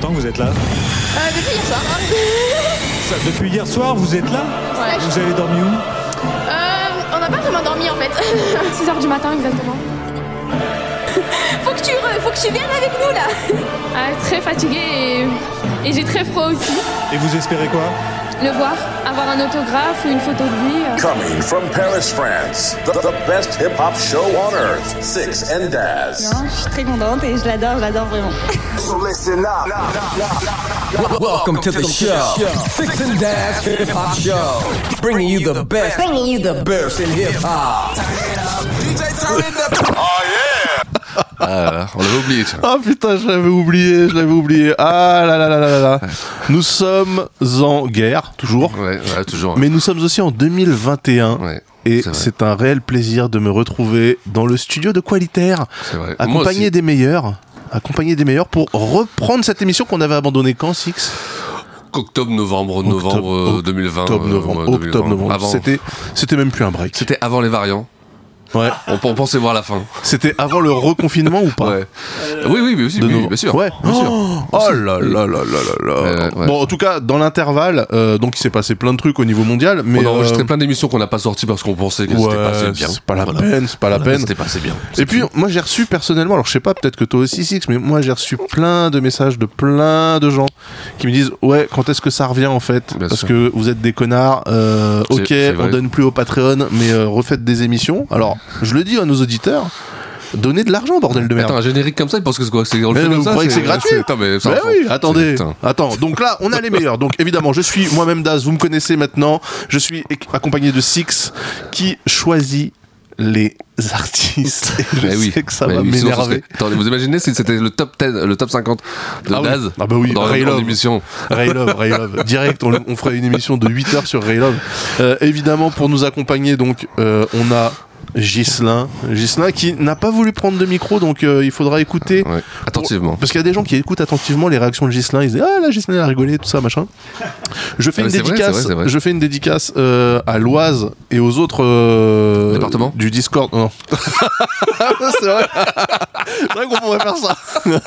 longtemps que vous êtes là ? Depuis hier soir. Depuis hier soir, vous êtes là ? Ouais. Vous avez dormi où ? On n'a pas vraiment dormi en fait. 6h du matin exactement. Faut que tu viennes avec nous là. Très fatiguée et j'ai très froid aussi. Et vous espérez quoi ? Le voir, avoir un autographe ou une photo de lui. Coming from Paris, France, the best hip-hop show on earth, Six and Daz. Non, je suis très contente et je l'adore vraiment. So listen up. Welcome to the show, Six and Daz Hip Hop Show, bringing you the best in hip hop. DJ, turn it up. Oh yeah. On l'avait oublié. Ah putain, je l'avais oublié. Ah là là là là là. Nous sommes en guerre, toujours. Ouais, toujours. Mais nous sommes aussi en 2021. Ouais, et c'est un réel plaisir de me retrouver dans le studio de Qualitaire, accompagné des meilleurs pour reprendre cette émission qu'on avait abandonnée quand, Six ? Octobre-novembre 2020. Octobre-novembre. Avant... C'était même plus un break. C'était avant les variants. Ouais. On pensait voir la fin. C'était avant le reconfinement ou pas ? Ouais. Oui, bien sûr. Ouais. Bien sûr. Oh là là là là là. Ouais. Bon, en tout cas, dans l'intervalle, donc il s'est passé plein de trucs au niveau mondial, mais on a enregistré plein d'émissions qu'on n'a pas sorties parce qu'on pensait que c'était pas assez bien. C'est pas la peine. C'était pas assez bien. Et puis, moi, j'ai reçu personnellement, alors je sais pas, peut-être que toi aussi, Six, mais moi, j'ai reçu plein de messages de plein de gens qui me disent, ouais, quand est-ce que ça revient en fait ? Bien parce sûr. que vous êtes des connards. Ok, on donne plus au Patreon, mais refaites des émissions. Alors, je le dis à nos auditeurs. Donnez de l'argent, bordel de merde. Attends, un générique comme ça, ils pensent que c'est quoi ? On le fait vous comme ça, croyez que c'est gratuit ? mais oui, attendez. Attends, donc là, on a les meilleurs. Donc évidemment, je suis moi-même Daz, vous me connaissez maintenant. Je suis accompagné de Six qui choisit les artistes. Et je sais que ça va m'énerver. Attendez, vous imaginez si c'était le top 10, le top 50 de Daz ? Ah bah oui, dans l'émission. Ray Love. Direct, on ferait une émission de 8 heures sur Ray Love. Évidemment, pour nous accompagner, donc, on a Ghislain qui n'a pas voulu prendre de micro, donc il faudra écouter attentivement. Parce qu'il y a des gens qui écoutent attentivement les réactions de Ghislain. Ils disent ah là Ghislain a rigolé, tout ça machin. Je fais Je fais une dédicace à l'Oise et aux autres départements du Discord. Non. c'est vrai qu'on pourrait faire ça.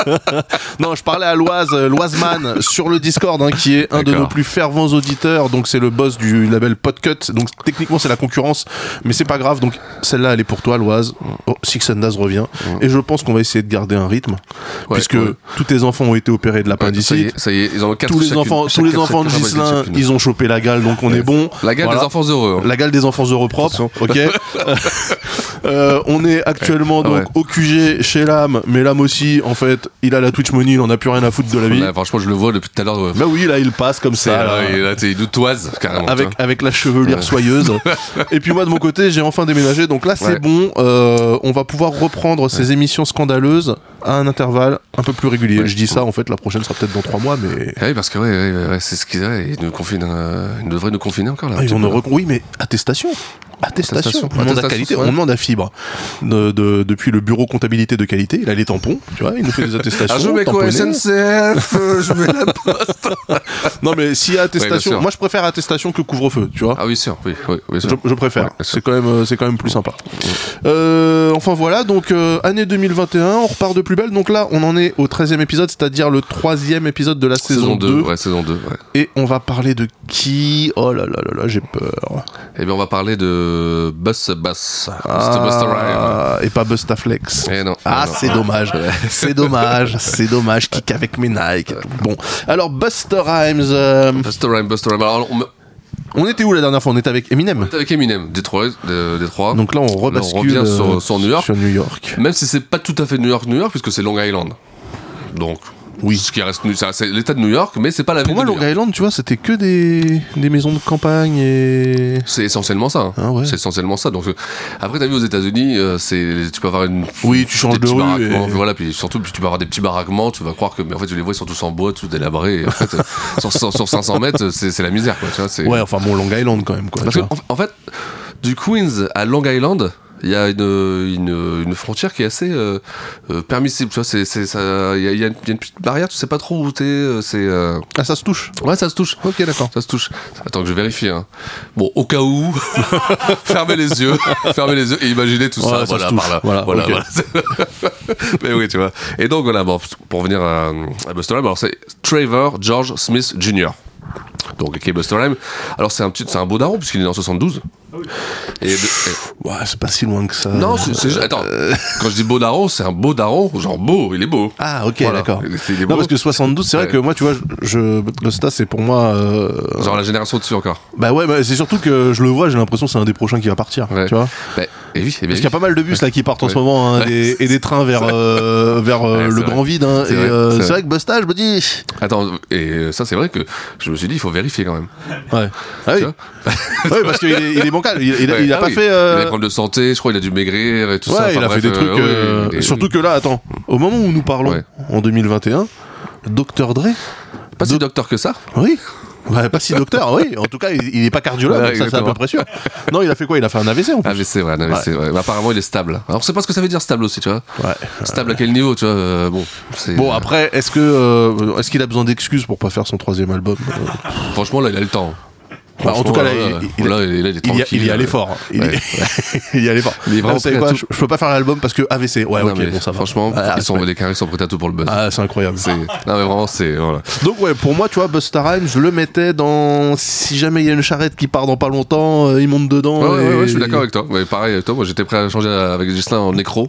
Non, je parlais à l'Oiseman sur le Discord, qui est un de nos plus fervents auditeurs. Donc c'est le boss du label Podcut. Donc techniquement c'est la concurrence, mais c'est pas grave. Donc celle-là, elle est pour toi, l'Oise. Six and Daz revient. Et je pense qu'on va essayer de garder un rythme. Puisque tous tes enfants ont été opérés de l'appendicite. Ça y est, ils ont 4 tous les enfants de Ghislain, ils ont chopé la gale, donc on est bon. La gale des enfants heureux. La gale des enfants heureux propres. Ok. On est actuellement donc au QG chez Lame, mais Lame aussi, en fait, il a la Twitch Money, il en a plus rien à foutre de la vie. Franchement, je le vois depuis tout à l'heure. Bah oui, là, il passe comme ça. Là, t'es doutoise, carrément. Avec la chevelure soyeuse. Et puis moi, de mon côté, j'ai enfin déménagé, donc là, c'est bon. On va pouvoir reprendre ces émissions scandaleuses à un intervalle un peu plus régulier. Je dis ça, en fait, la prochaine sera peut-être dans 3 mois, mais... Oui, parce que c'est ce qu'ils ont. Ils devraient nous confiner encore, là. Oui, mais attestation. On demande à qualité, on demande à Fibre. Depuis le bureau comptabilité de qualité, il a les tampons, tu vois, il nous fait des attestations. Je mets quoi, SNCF, je mets la poste. Non, mais s'il y a attestation, moi je préfère attestation que couvre-feu, tu vois. Ah oui, sûr, oui, bien sûr. Je préfère. Ouais, c'est quand même plus sympa. Enfin voilà, donc année 2021, on repart de plus belle. Donc là, on en est au 13e épisode, c'est-à-dire le 3e épisode de la saison 2. Ouais, saison 2, ouais. Et on va parler de qui ? Oh là là là là, j'ai peur. Eh bien, on va parler de Busta et pas Bustaflex. Non. C'est dommage. C'est dommage. Kick avec mes Nike. Bon, alors Busta Rhymes. Busta Rhymes. Alors, on était où la dernière fois ? On était avec Eminem. On était avec Eminem, Détroit. Donc là, on rebascule sur New York. Sur New York. Même si c'est pas tout à fait New York, puisque c'est Long Island. Donc... Oui. Ce qui reste, c'est l'état de New York, mais c'est pas la ville. Pour moi, Long Island, tu vois, c'était que des maisons de campagne et. C'est essentiellement ça. Ah ouais. C'est essentiellement ça. Donc après, t'as vu aux États-Unis, tu peux avoir tu changes de rue. Voilà, puis surtout, tu peux avoir des petits baraquements. Tu vas croire que, mais en fait, tu les vois, ils sont tous en bois, tous délabrés. Et en fait, sur 500 mètres, c'est la misère, quoi. Tu vois, ouais, enfin bon, Long Island quand même, quoi. Parce que, en fait, du Queens à Long Island. il y a une frontière qui est assez permissible. Tu vois, il y a une petite barrière, tu sais pas trop où t'es. Ah, ça se touche. Ouais, ça se touche. Ok, d'accord. Ça se touche. Attends que je vérifie. Hein. Bon, au cas où, fermez les yeux et imaginez tout ça. Ouais, Voilà, ça par là. Voilà, Voilà, okay. voilà. Mais oui, tu vois. Et donc voilà, bon, pour revenir à Busta Rhymes, alors c'est Trevor George Smith Jr. Donc, qui est Busta Rhymes. Alors c'est un beau daron puisqu'il est né en 72. Ouais, c'est pas si loin que ça. Non, attends. Quand je dis beau daron, c'est un beau daron, genre beau, il est beau. Ah, ok, voilà. d'accord. Il est beau. Non, parce que 72, c'est vrai que moi, tu vois, Busta, c'est pour moi. Genre la génération dessus encore. Bah ouais, c'est surtout que je le vois, j'ai l'impression que c'est un des prochains qui va partir. Ouais. Tu vois. Bah, et oui, parce qu'il y a pas mal de bus là qui partent en ce moment, hein, et des trains vers le grand vide. Hein, c'est vrai que Busta, je me dis. Attends, et ça, c'est vrai que je me suis dit, il faut vérifier quand même. Ouais. Ah oui. Ouais, parce qu'il est bancal. Il a pas fait. Il a des problèmes de santé, je crois, il a dû maigrir et tout ça. Ouais, il a fait des trucs. Surtout que là, attends, au moment où nous parlons, en 2021, Dr. Dre. Pas si docteur que ça. Oui. Bah, pas si docteur, oui. En tout cas, il est pas cardiologue, ouais, ça c'est à peu près sûr. Non, il a fait quoi? Il a fait un AVC en plus. AVC, ouais, un AVC, ouais. Mais apparemment, il est stable. Alors, on sait pas ce que ça veut dire stable aussi, tu vois. Ouais. Stable à quel niveau, tu vois. Bon, après, est-ce qu'il a besoin d'excuses pour pas faire son 3e album? Franchement, là, il a le temps. Bah, en tout cas, là, il est tranquille. Il y allait fort. Il y allait fort. Il est vraiment prêt quoi, je peux pas faire l'album parce que AVC. Ouais, non, ok, bon, ça va. Franchement, les carrés sont prêts à tout pour le buzz. Ah, c'est incroyable. Non, mais vraiment, voilà. Donc, ouais, pour moi, tu vois, Busta Rhymes, je le mettais dans. Si jamais il y a une charrette qui part dans pas longtemps, il monte dedans. Ouais, je suis d'accord avec toi. Mais pareil avec toi, moi j'étais prêt à changer avec Gislain en nécro.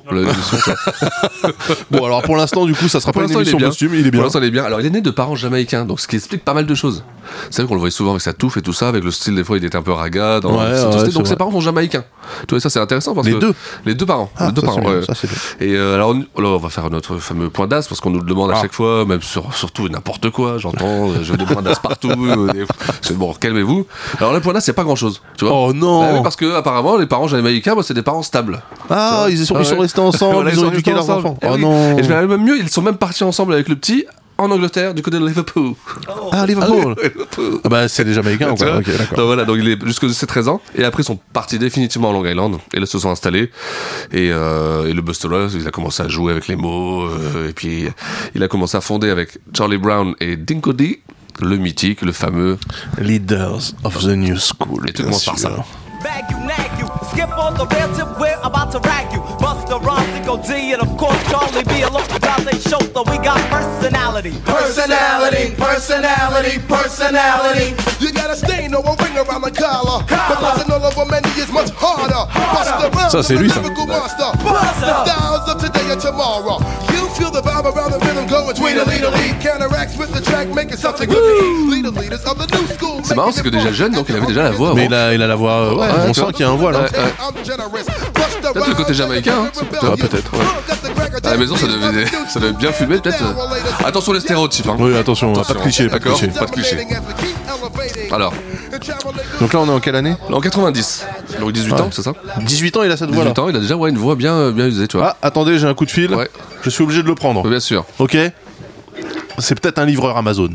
Bon, alors pour l'instant, du coup, ça sera pas une émission costume. Il est bien. Pour l'instant, il est bien. Alors, il est né de parents jamaïcains, donc ce qui explique pas mal de choses. C'est vrai qu'on le voyait souvent avec sa touffe et tout ça, avec le style, des fois, il était un peu raga. Donc, ses parents sont jamaïcains. Tu vois, ça, c'est intéressant parce que. Les deux parents. Ah, les deux parents, ouais. Ça, c'est bien. Et alors, on va faire notre fameux point d'as parce qu'on nous le demande à chaque fois, même surtout n'importe quoi. J'entends, je veux des points d'as partout. Bon, calmez-vous. Alors, le point d'as, c'est pas grand chose. Tu vois. Oh non! Oui, parce que, apparemment, les parents jamaïcains, c'est des parents stables. Ah, ils sont restés ensemble, voilà, ils ont éduqué leurs enfants. Oh non! Et je vais aller même mieux, ils sont même partis ensemble avec le petit en Angleterre, du côté de Liverpool. Ah, Liverpool! Ah bah, c'est les Jamaïcains, quoi. Ok, d'accord. Donc voilà, donc il est jusque ses 13 ans, et après ils sont partis définitivement en Long Island, et là se sont installés, et le Busta Rhymes, il a commencé à jouer avec les mots, et puis il a commencé à fonder avec Charlie Brown et Dinko D, le mythique, le fameux Leaders of the New School. Et tout commence par ça. Bag you, nag you, skip on the real tip, we're about to rag you. Busta Rhymes, Dinko D, and of course Charlie B. Look, because they show that we got personality. Personality, personality, personality. You got a stain or a ring around the collar. But passing all over many is much harder. Busta Rhymes, ça c'est lui ça. Busta. Styles of today and tomorrow. You feel the vibe around the rhythm going tweedledee. Counteracts with the track, making something good to eat. Leaders of the new school. C'est marrant, c'est que déjà jeune, donc il avait déjà la voix. Mais il a la voix. Ouais, on sent qu'il y a un voix là. Peut-être le côté jamaïcain, hein. Peut-être. Ouais. À la maison, ça devait bien fumer, peut-être. Attention les stéréotypes. Hein. Oui, attention, pas de clichés. D'accord, pas de clichés. Alors. Donc là, on est en quelle année? En 90. Donc 18 ans, c'est ça? 18 ans, il a cette voix là. 18 ans, il a déjà une voix bien usée, tu vois. Ah, attendez, j'ai un coup de fil. Ouais. Je suis obligé de le prendre. Bien sûr. Ok. C'est peut-être un livreur Amazon.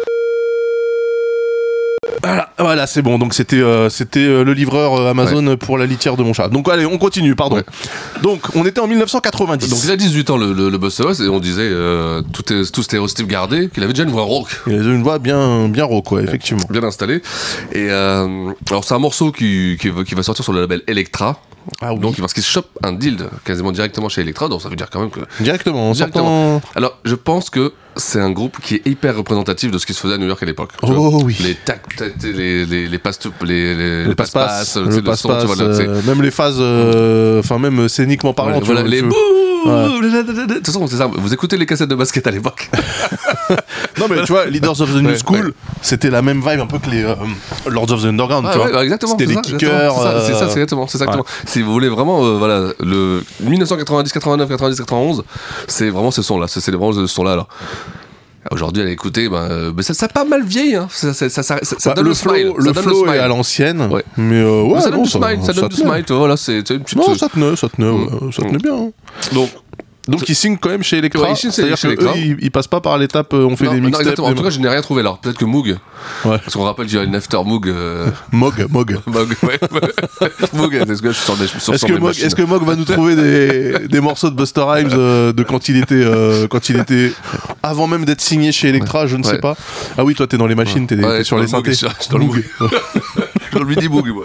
Voilà, c'est bon. Donc c'était le livreur Amazon pour la litière de mon chat. Donc allez, on continue, pardon. Ouais. Donc on était en 1990. Donc il a 18 ans le Busta Rhymes, et on disait tout stéréotype gardé, qu'il avait déjà une voix rauque. Il avait une voix bien rauque, ouais, effectivement. Bien installée. Et alors c'est un morceau qui va sortir sur le label Elektra. Ah oui. Donc parce qu'il chope un deal quasiment directement chez Elektra, donc ça veut dire quand même que directement. Alors je pense que c'est un groupe qui est hyper représentatif de ce qui se faisait à New York à l'époque. Oh oui. Les passe-passe, même les phases, enfin même scéniquement parlant. Voilà, les bouh. De toute façon, c'est ça. Vous écoutez les cassettes de basket à l'époque. Non mais tu vois, Leaders of the New School, c'était la même vibe un peu que les Lords of the Underground. Tu vois. Exactement. C'était les kickers. C'est ça, c'est exactement. Si vous voulez vraiment, voilà, le 1990, 89, 90, 91, c'est vraiment ce son-là. C'est vraiment ce son-là. Alors. Aujourd'hui, à l'écouter, mais ça a pas mal vieilli, hein. Ça donne le smile. Le flow est à l'ancienne, ouais. Mais ouais, ça donne du smile. Ça donne du smile. Voilà, c'est une petite. Non, ça tenait bien. Hein. Donc, Donc ils signent quand même chez Elektra. Ouais, ils signent c'est-à-dire chez qu'eux, Elektra. ils passent pas par l'étape on fait des non, mixtapes. exactement. En tout cas, je n'ai rien trouvé. Alors peut-être que Moog, Ouais. parce qu'on rappelle qu'il y a une after Moog. Mog. Moog, ouais. Moog, est-ce que je suis sur des Est-ce que Mog va nous trouver des morceaux de Busta Rhymes de quand il était avant même d'être signé chez Elektra, je ne sais pas. Ah oui, toi t'es dans les machines, t'es sur les synthés. Je suis dans le Moog. Dans le midi Moog, moi.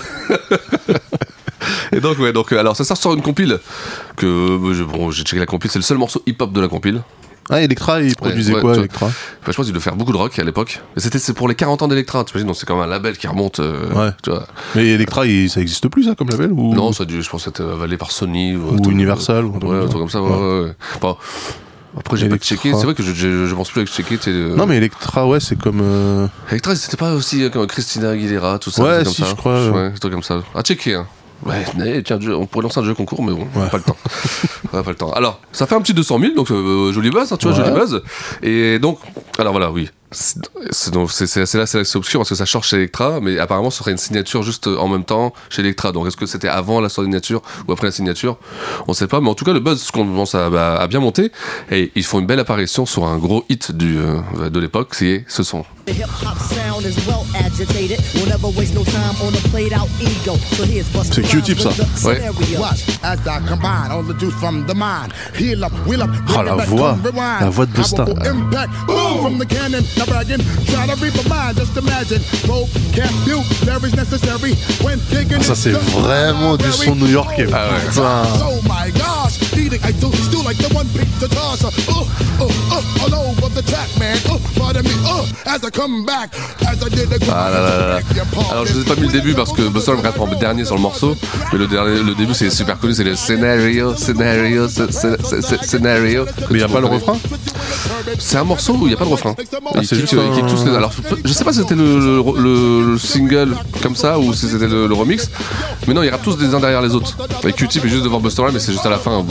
Et donc, alors ça sort une compile que j'ai checké la compile, c'est le seul morceau hip-hop de la compile. Ah, Elektra, il produisait quoi, Elektra? Je pense qu'il devait faire beaucoup de rock à l'époque. Mais c'est pour les 40 ans d'Elektra, t'imagines, donc c'est quand même un label qui remonte. Tu vois. Mais Elektra, ça existe plus, ça, comme label ou... Non, ça a dû, je pense, être avalé par Sony. Ou Universal. Ou un truc comme ça, ouais. Bon, après, j'ai pas checké, c'est vrai que je pense plus avec checker. Non, mais Elektra, ouais, c'est comme. Elektra, c'était pas aussi comme Christina Aguilera, tout ça. Ouais, comme si, ça. Je crois. Ouais, c'est comme ça. À checker, hein. Ouais, tiens, on pourrait lancer un jeu concours, mais bon, pas le temps. Pas le temps. Alors, ça fait un petit 200 000, donc joli buzz, hein, tu vois, joli buzz. Et donc, alors voilà, oui. C'est là, c'est obscur parce que ça change chez Elektra, mais apparemment, ce serait une signature juste en même temps chez Elektra. Donc, est-ce que c'était avant la signature ou après la signature? On sait pas, mais en tout cas, le buzz commence à bien monter et ils font une belle apparition sur un gros hit de l'époque, c'est ce son. C'est Q-Tip, ça. Ouais. Oh, la voix de Busta. Ça, c'est vraiment du son new-yorkais. Ah ouais. Ça... Ah là là. Alors je vous ai pas mis le début parce que Busta me répond dernier sur le morceau, mais le début c'est super connu, c'est le scénario. Mais y a pas le refrain? C'est un morceau où il y a pas de refrain. C'est juste alors je sais pas si c'était le single comme ça ou si c'était le remix, mais non, ils rappent tous des uns derrière les autres. Et Q-Tip est juste devant Busta Rhymes, mais c'est juste à la fin.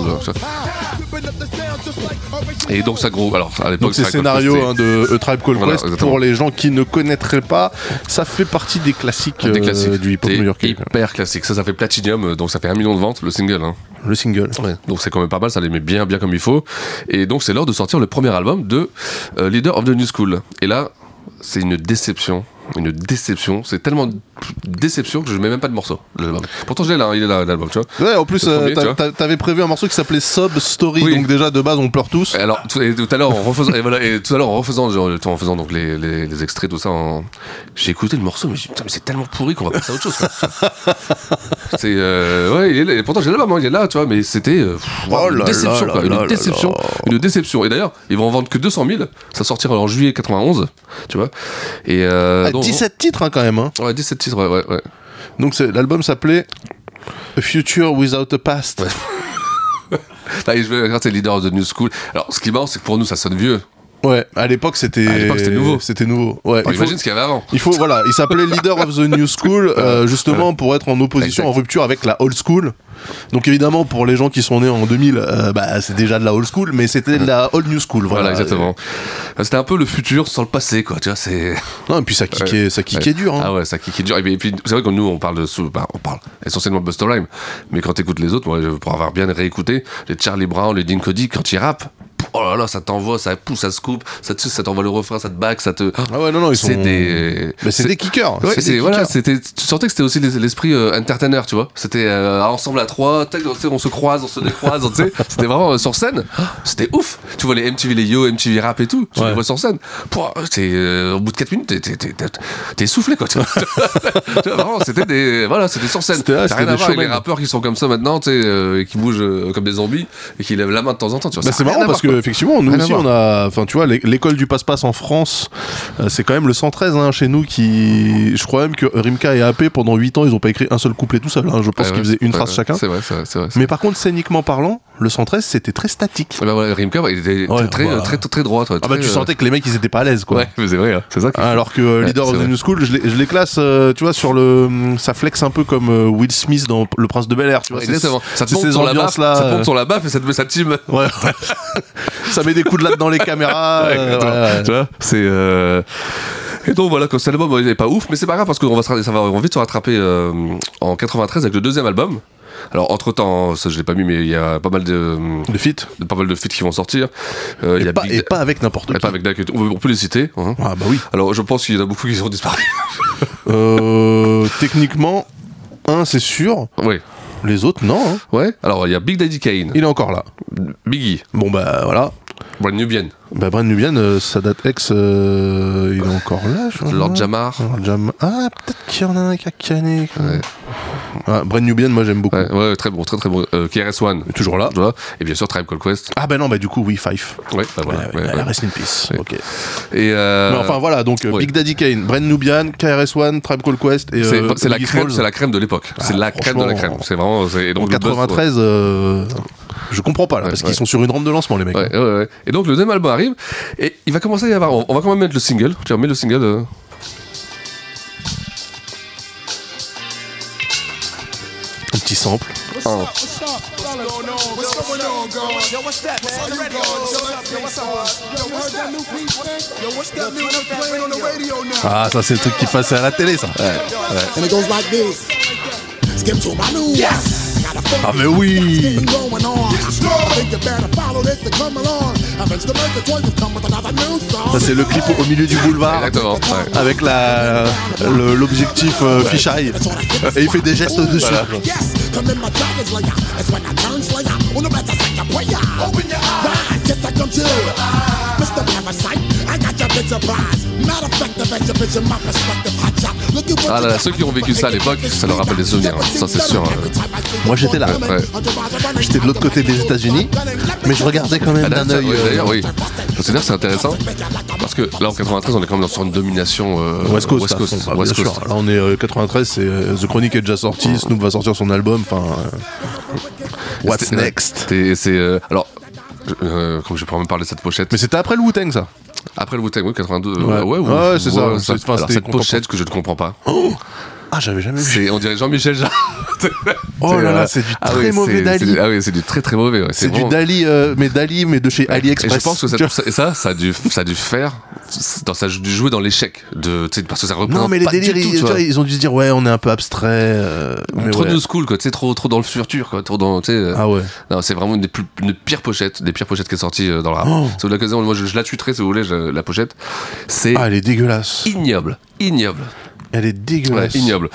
Et donc ça gros. Alors à l'époque, donc c'est scénario de A Tribe Called Quest. Pour les gens qui ne connaîtraient pas, ça fait partie des classiques, du hip-hop new-yorkais. Hyper classique. Ça fait Platinum, donc ça fait 1 million de ventes le single. Hein. Le single. Ouais. Donc c'est quand même pas mal, ça les met bien comme il faut. Et donc c'est l'heure de sortir le premier album de Leader of the New School. Et là, c'est une déception. C'est tellement déception que je mets même pas de morceau l'album. Pourtant je l'ai là, il est là l'album, tu vois. Ouais, en plus t'avais prévu un morceau qui s'appelait Sob Story, oui. Donc déjà de base on pleure tous. Et alors tout à l'heure en refaisant donc les extraits tout ça, j'ai écouté le morceau, mais j'ai dit putain mais c'est tellement pourri qu'on va passer à autre chose. C'est et pourtant j'ai l'album, il est là, tu vois, mais c'était une déception. Et d'ailleurs ils vont en vendre que 200 000, ça sortira en juillet 91, tu vois. Et 17 titres hein, quand même. Hein. Ouais, 17 titres, ouais. Donc l'album s'appelait A Future Without a Past. Ouais. Là, je vais regarder Leader of the New School. Alors, ce qui est marrant, c'est que pour nous, ça sonne vieux. Ouais, à l'époque c'était nouveau. Ouais. Imagine ce qu'il y avait avant. Il s'appelait Leader of the New School justement pour être en opposition, en rupture avec la old school. Donc évidemment pour les gens qui sont nés en 2000, c'est déjà de la old school, mais c'était de la old new school. Voilà exactement. C'était un peu le futur sans le passé, quoi. Tu vois, c'est. Non, et puis ça kickait dur. Hein. Ah ouais, ça kickait dur. Et puis c'est vrai que nous on parle essentiellement de Busta Rhymes, mais quand t'écoutes les autres, moi pour avoir bien réécouté les Charlie Brown, les Dean Cody, quand ils rappent. Oh là là, ça t'envoie, ça pousse, ça se coupe, ça t'envoie le refrain, ça te back, ça te. Ah ouais, non, c'est des kickers. Ouais, tu sentais que c'était aussi l'esprit entertainer, tu vois. C'était ensemble à trois, on se croise, on se décroise, tu sais. C'était vraiment sur scène, c'était ouf. Tu vois les MTV, les Yo, MTV Rap et tout, tu les vois sur scène. Au bout de 4 minutes, t'es essoufflé, quoi. Tu vois, vraiment, c'était sur scène. T'as rien à voir avec les rappeurs qui sont comme ça maintenant, tu sais, qui bougent comme des zombies et qui lèvent la main de temps en temps, tu vois. C'est marrant parce que effectivement nous aussi on a, enfin tu vois, l'école du passe-passe en France, c'est quand même le 113 hein, chez nous qui, je crois même que Rimka et AP pendant 8 ans ils ont pas écrit un seul couplet tout seul hein, je pense qu'ils faisaient une phrase chacun. C'est vrai. Mais par contre scéniquement parlant, le 113 c'était très statique. Bah ouais, Rimka il était très droit. Ah bah tu sentais que les mecs ils étaient pas à l'aise quoi. Ouais, mais c'est vrai, hein. C'est ça. Alors que Leader of the New School, je les classe, tu vois, sur ça flex un peu comme Will Smith dans Le Prince de Bel-Air, tu vois. Exactement. Ça te pompe sur la baffe et ça te met sa team. Ouais. Ça met des coups de latte dans les caméras. Tu vois, c'est. Et donc voilà, quand cet album il est pas ouf, mais c'est pas grave parce qu'on va vite se rattraper en 93 avec le deuxième album. Alors entre temps, ça je l'ai pas mis, mais il y a pas mal de feats, qui vont sortir. Et pas avec n'importe qui. Pas avec on peut les citer. Hein. Ah bah oui. Alors je pense qu'il y en a beaucoup qui ont disparu. Techniquement, un c'est sûr. Oui. Les autres non. Hein. Ouais. Alors il y a Big Daddy Kane. Il est encore là. Biggie. Bon bah voilà. Brand Nubian. Bah Brand Nubian, Sadat X, il est encore là. Lord Jamar. Ah peut-être qu'il y en a un qui a canné. Ouais. Ah, Brand Nubian, moi j'aime beaucoup. Ouais, très bon, très très bon. KRS-One. Toujours là. Et bien sûr Tribe Called Quest. Ah bah non, bah du coup oui, Fife. Ouais, bah voilà. Ouais. Rest in peace. Ouais. Ok. Et mais enfin voilà, donc Big Daddy Kane, Brand Nubian, KRS-One, Tribe Called Quest et c'est la crème de l'époque. C'est la crème de la crème. C'est vraiment. En 93. Je comprends pas là, parce qu'ils sont sur une rampe de lancement les mecs. Ouais. Et donc le deuxième album arrive et il va commencer à y avoir. On va quand même mettre le single. Tu remets le single. Un petit sample. Ah, ça c'est le truc qui passait à la télé, ça. Ah mais oui. Ça c'est le clip au milieu du boulevard. Exactement. Avec l'objectif fisheye. Et il fait des gestes dessus. Voilà. Ah là, ceux qui ont vécu ça à l'époque, ça leur rappelle des souvenirs, ça c'est sûr. Moi j'étais là. Ouais. J'étais de l'autre côté des États-Unis, mais je regardais quand même d'un œil. D'ailleurs, oui. C'est-à-dire c'est intéressant parce que là en 93, on est quand même sur une domination West Coast. West Coast. Là on est 93, c'est The Chronic est déjà sorti, Snoop va sortir son album. Enfin, what's next? Alors. Comme je peux même parler de cette pochette. Mais c'était après le Wu-Tang ça. Après le Wu-Tang, oui, 82. Ouais, c'est ça. Cette pochette que je ne comprends pas. Ah, j'avais jamais vu. On dirait Jean-Michel Jarre. Oh là là, c'est du très mauvais Dali. Ah oui, c'est du très très mauvais. Ouais. C'est du Dali, mais de chez AliExpress. Et je pense que ça a dû faire. Ça a dû jouer dans l'échec parce que ça représente. Non, mais les délires, ils ont dû se dire ouais, on est un peu abstrait. Trop new school, quoi. Tu sais, trop dans le futur, quoi. Trop dans. Ah ouais. Non, c'est vraiment une pires pochettes, des pires pochettes qui est sortie dans le rap. C'est l'occasion. Moi, je la tuerai si vous voulez. La pochette, c'est. Ah, elle est dégueulasse. Ignoble. Elle est dégueulasse. Ouais, ignoble.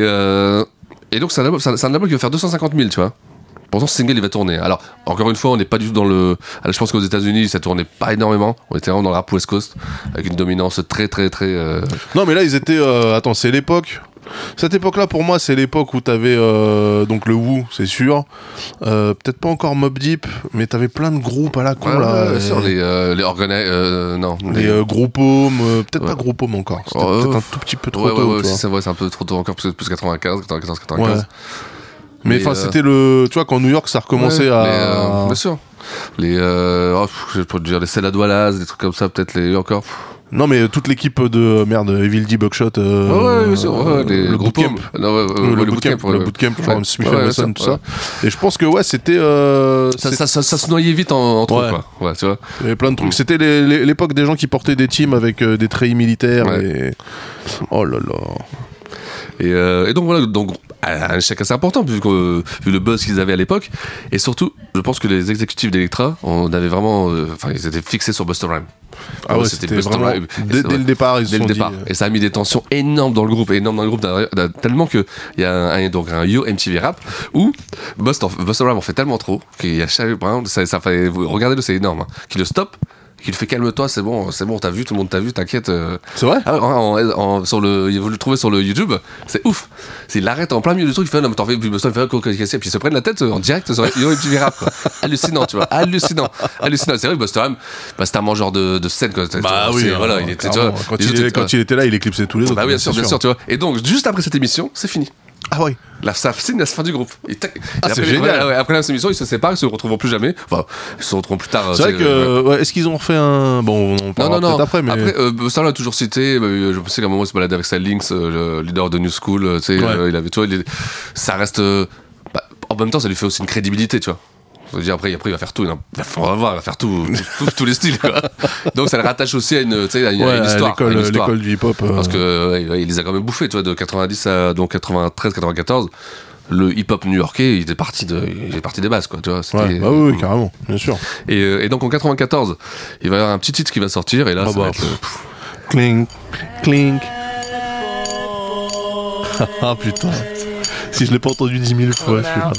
Et donc, c'est un album qui va faire 250 000, tu vois. Pourtant, ce single, il va tourner. Alors, encore une fois, on n'est pas du tout dans le. Alors, je pense qu'aux États-Unis, ça tournait pas énormément. On était vraiment dans le rap West Coast, avec une dominance très. Non, mais là, ils étaient. Attends, c'est l'époque. Cette époque-là, pour moi, c'est l'époque où t'avais donc le Wu, c'est sûr. Peut-être pas encore Mobb Deep, mais t'avais plein de groupes à la con là. Sur les non. Les Groupom, peut-être pas Groupom encore. C'était peut-être un tout petit peu trop tôt. Ouais, c'est un peu trop tôt encore, plus 95. Ouais. Mais enfin, c'était le. Tu vois, quand New York, ça recommençait à. Bien sûr. Je peux te dire les Celadoilas, des trucs comme ça, peut-être les encore. Non, mais toute l'équipe de Evil D, Buckshot, bien sûr, le bootcamp. Le bootcamp, Smith & Wesson, tout ça. Et je pense que c'était. Ça se noyait vite en trop, quoi. Ouais, tu vois. Il y avait plein de trucs. C'était l'époque des gens qui portaient des teams avec des treillis militaires. Et... Oh là là. Et donc voilà, un échec assez important vu le buzz qu'ils avaient à l'époque. Et surtout, je pense que les exécutifs d'Electra, on avait vraiment, ils étaient fixés sur Busta Rhymes. Ah ouais, c'était vraiment dès le départ, ils se sont dit. Et ça a mis des tensions énormes dans le groupe, tellement que il y a un Yo MTV Rap où Busta Rhymes en fait tellement trop qu'il y a chaque ça fait regardez-le, c'est énorme, qui le stoppe, qui le fait calme-toi, c'est bon, t'as vu, tout le monde t'a vu, t'inquiète. C'est vrai? Ah, il veut le trouver sur le YouTube, c'est ouf. Il l'arrête en plein milieu du truc, il fait non mais t'en fais, puis Busta fait quoi, puis il se prennent la tête en direct sur Yo MTV Rap. Hallucinant, tu vois, hallucinant. C'est vrai que Busta Rhymes, c'était un mangeur de scène, quoi. Bah oui, voilà, il était, tu vois, quand il était là, il éclipsait tous les autres. Bah oui, bien sûr, tu vois. Et donc, juste après cette émission, c'est fini. Ah oui. Ça signe la fin du groupe. C'est génial. Après la émission, ils se séparent, ils se retrouveront plus jamais. Enfin, ils se retrouveront plus tard. C'est vrai que. Est-ce qu'ils ont refait un. Bon, on parlera peut-être après, mais. Après, ça, on l'a toujours cité. Je sais qu'à un moment, il se baladait avec sa Lynx, le leader de New School. Tu sais, il avait. Tu vois, ça reste. En même temps, ça lui fait aussi une crédibilité, tu vois. Après, il va faire tout. On va voir, il va faire tous les styles, quoi. Donc, ça le rattache aussi à une histoire. L'école du hip-hop. Parce que il les a quand même bouffés, tu vois, de 90 à donc 93, 94. le hip-hop new-yorkais, il est parti des bases, quoi, tu vois. Oui, carrément, bien sûr. Et donc en 94, il va y avoir un petit titre qui va sortir, et là, ça va être Clink, clink. Ah putain. Si je l'ai pas entendu 10 000 fois, celui-là.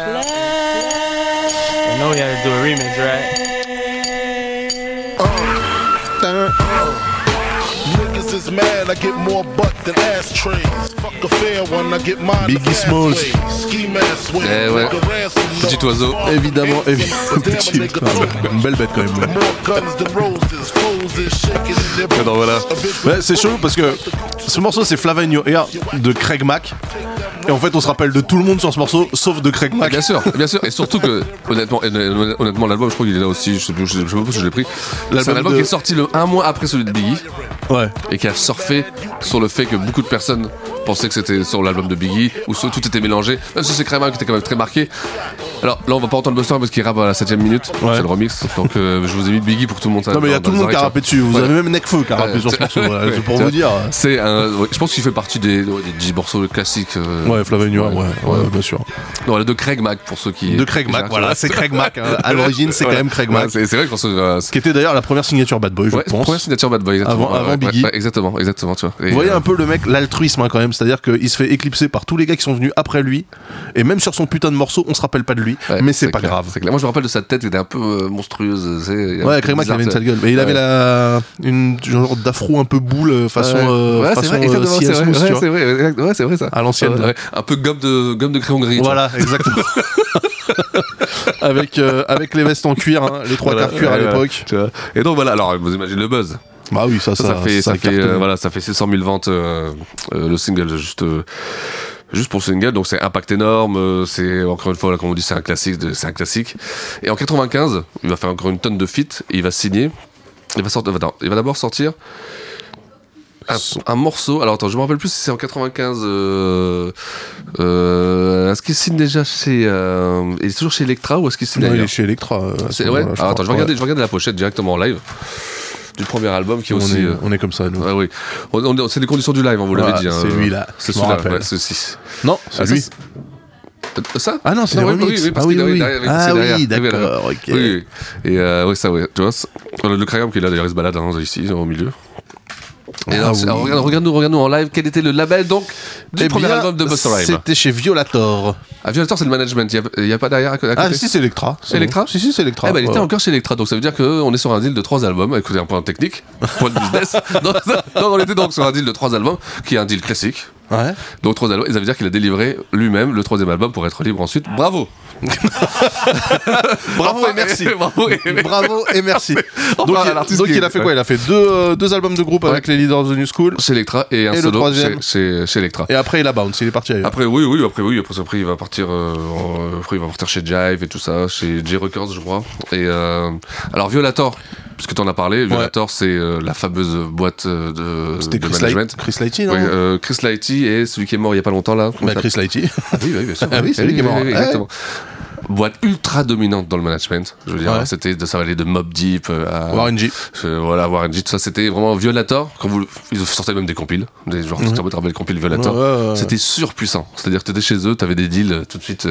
I know we had to do a remix, right? Niggas is mad, I get more butt than ashtrays. Fuck a fair one, I get mine. Biggie Smalls. Ski mask swing. Eh ouais. Petit oiseau. Évidemment. Petit. Une belle bête quand même. Alors voilà. Ouais, c'est chelou parce que ce morceau c'est Flavor in Your Ear de Craig Mack. Et en fait, on se rappelle de tout le monde sur ce morceau, sauf de Craig Mack. Bien sûr. Et surtout que, honnêtement, l'album, je crois qu'il est là aussi, je sais pas si je l'ai pris. C'est un album qui est sorti un mois après celui de Biggie. Ouais. Et qui a surfé sur le fait que beaucoup de personnes pensaient que c'était sur l'album de Biggie, où tout était mélangé. Même si c'est Craig Mack qui était quand même très marqué. Alors là, on va pas entendre Busta parce qu'il rappe à la 7ème minute. Ouais. C'est le remix. Donc, je vous ai mis Biggie pour que tout le monde. Non, mais il y a tout le monde qui a rappé dessus. Vous avez même Nekfeu qui a rappé sur ce morceau. C'est pour vous dire. C'est je pense qu'il fait partie des 10 morceaux classiques. Ouais, Flavor in Your Ear, ouais, bien sûr. Non, de Craig Mack pour ceux qui. De Craig Mack, voilà, c'est Craig Mack. À l'origine, c'est quand même Craig Mack. C'est vrai que qui était d'ailleurs la première signature Bad Boy, je pense. Première signature Bad Boy, exactement. Avant Biggie. Exactement, tu vois. Vous voyez un peu le mec, l'altruisme quand même, c'est-à-dire qu'il se fait éclipser par tous les gars qui sont venus après lui, et même sur son putain de morceau, on se rappelle pas de lui, mais c'est pas grave. C'est clair. Moi, je me rappelle de sa tête qui était un peu monstrueuse. Ouais, Craig Mack, il avait une sale gueule, mais il avait une genre d'afro un peu boule façon C.S. Smooth, tu vois. Ouais, c'est vrai ça. À l'ancienne. Un peu gomme de crayon gris. Voilà, exactement. avec les vestes en cuir, hein, les 3/4 cuir à l'époque. Et donc voilà, alors vous imaginez le buzz. Bah oui, ça fait 600 000 ventes le single juste pour le single, donc c'est impact énorme, c'est encore une fois là, comme on dit, c'est un classique. Et en 95, il va faire encore une tonne de feats et il va signer. Il va d'abord sortir un morceau. Alors attends, je me rappelle plus si c'est en 95. Est-ce qu'il signe déjà chez il est toujours chez Elektra ou est-ce qu'il signe il ailleurs? est chez Elektra. Ouais. Alors attends, je vais regarder la pochette directement en live du premier album qui est aussi. On est comme ça, nous. Ah oui. C'est les conditions du live, vous l'avez dit. C'est lui là. C'est celui-là. Ouais, ceci. Non, c'est lui. Ça? Ah non, c'est le remix. Oui, d'accord. Ok. Oui. Et oui, ça, ouais. Tu vois, le Crayon qui est là d'ailleurs, il se balade ici, au milieu. Et alors, regarde-nous en live, quel était le label donc du premier album de Busta Rhymes? C'était chez Violator. Ah, Violator, c'est le management, il n'y a pas derrière à côté. Ah si, c'est Elektra. C'est Elektra? Si, c'est Elektra. Eh ben, il était encore chez Elektra, donc ça veut dire qu'on est sur un deal de 3 albums. Écoutez, un point technique, point de business. Donc on était donc sur un deal de 3 albums, qui est un deal classique. Ouais. Donc 3 albums, et ça veut dire qu'il a délivré lui-même le 3e album pour être libre ensuite. Bravo. Bravo et merci. Bravo et merci. Donc il a fait quoi? Il a fait deux albums de groupe avec les Leaders of the New School chez Elektra et un solo chez Elektra. Et après il a bounce, il est parti ailleurs. Après il va partir chez Jive et tout ça, chez J Records je crois. Et alors Violator, puisque t'en as parlé, Violator c'est la fameuse boîte de management. Chris Lighty, non? Oui, Chris Lighty et celui qui est mort il y a pas longtemps là. Chris Lighty. Oui, bien sûr. Ah oui, c'est lui qui est mort. Exactement. Boîte ultra dominante dans le management, je veux dire, ça allait de Mobb Deep à Warren G. Warren G, tout ça, c'était vraiment Violator. Ils sortaient même des compiles, des genre des compiles Violator. C'était surpuissant, c'est-à-dire que t'étais chez eux, t'avais des deals tout de suite.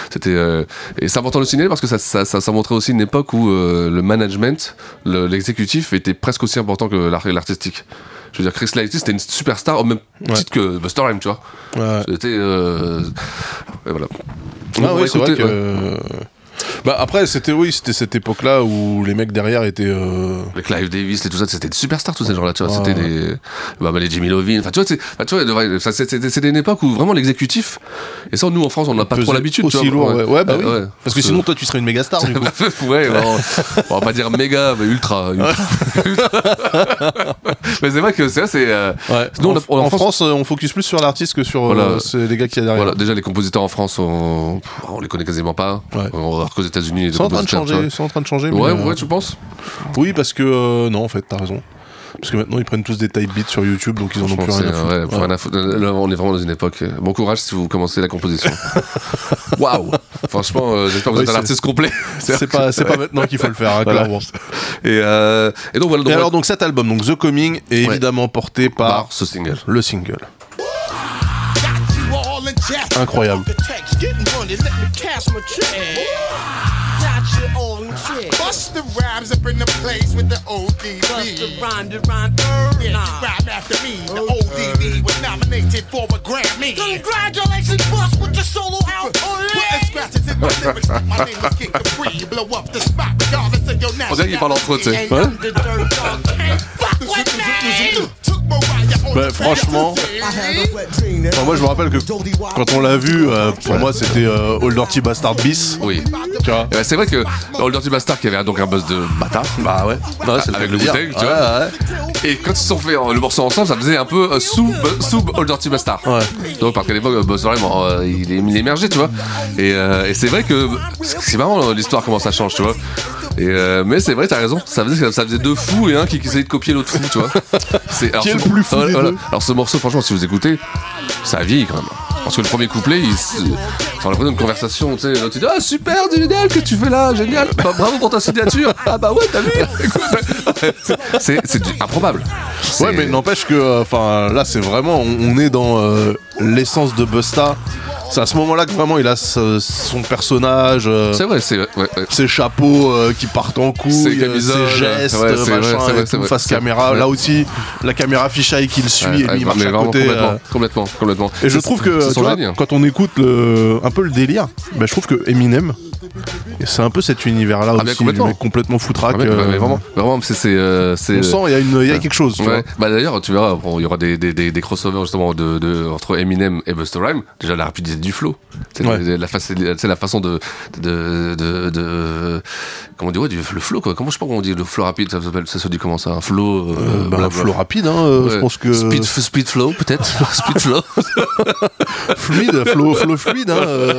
Et c'est important de le signaler parce que ça montrait aussi une époque où le management, l'exécutif était presque aussi important que l'artistique. Je veux dire, Chris Lighty, c'était une superstar au même titre que Busta Rhymes, tu vois. Ouais. C'était voilà. Ah oui, c'est vrai que. Bah après c'était cette époque-là où les mecs derrière étaient les Clive Davis et tout ça, c'était des superstars tous ces gens-là, tu vois, c'était des les Jimmy Iovine, enfin tu vois, c'était une époque où vraiment l'exécutif, et ça nous en France on n'a pas trop l'habitude, aussi tu vois, lourd, parce que sinon toi tu serais une méga star du coup. Ouais, on va pas dire méga mais ultra. Mais c'est vrai que c'est en France on focus plus sur l'artiste que sur les gars qui y a derrière. Voilà, déjà les compositeurs en France on les connaît quasiment pas. Alors qu'aux États-Unis, c'est en train de changer. Ouais, tu penses? Oui, parce que non, en fait, t'as raison. Parce que maintenant ils prennent tous des type beats sur YouTube, donc ils en ont plus rien à foutre. Là, on est vraiment dans une époque. Bon courage si vous commencez la composition. Waouh! Franchement, j'espère que vous êtes un artiste complet. C'est pas maintenant qu'il faut le faire, clairement. Et donc voilà. Et alors donc cet album, donc The Coming, est évidemment porté par ce single. Le single. Incroyable. Bust the rhymes up in the place with the ODB. Bust the rhyme, yeah, you rhyme after me. The ODB was nominated for a Grammy. Congratulations, Bust, with your solo album. Putting scratches in my lyrics, my name is King Capri. You blow up the spot regardless of your nationality. On dirait qu'il parle entre eux, tu sais. Bah, franchement, moi je me rappelle que quand on l'a vu, pour moi c'était Old Dirty Bastard bis. Oui. Tu vois. C'est vrai que Old Dirty Bastard qui avait donc un buzz de bâtard. Bah ouais. Avec le Wu-Tang, tu vois. Ouais. Et quand ils se sont fait le morceau ensemble, ça faisait un peu sous Old Dirty Bastard. Ouais. Donc parce qu'à l'époque, Busta Rhymes, il émergeait, tu vois. Et c'est vrai que c'est marrant l'histoire comment ça change, tu vois. Mais c'est vrai, t'as raison. Ça faisait deux fous et un qui essayait de copier l'autre fou, tu vois. Qui est le plus fou des deux. Alors ce morceau, franchement, si vous écoutez, ça vieillit quand même. Parce que le premier couplet, ça représente une conversation, tu sais, l'autre il dit ah super, génial, que tu fais là, génial, bah, bravo pour ta signature, ah bah ouais, t'as vu. C'est improbable. Ouais, mais n'empêche que, enfin, là c'est vraiment, on est dans l'essence de Busta. C'est à ce moment-là que vraiment il a son personnage, c'est vrai, ses chapeaux qui partent en couille, ses gestes, machin, face caméra. Là aussi, la caméra fisheye qui le suit et lui il marche à côté. Complètement. Et je trouve que tu vois, quand on écoute un peu le délire, bah, je trouve que Eminem, c'est un peu cet univers-là aussi, complètement foutraque. Vraiment, c'est. On sent il y a quelque chose. Tu vois. Bah d'ailleurs, tu verras, il y aura des crossovers justement entre Eminem et Busta Rhymes. Déjà la rapidité du flow, c'est la façon de comment dire, le flow quoi. Comment je sais pas comment on dit le flow rapide, ça se dit comment ça, un flow. Un flow rapide, je pense que speed flow peut-être, speed flow. Fluide, flow fluide.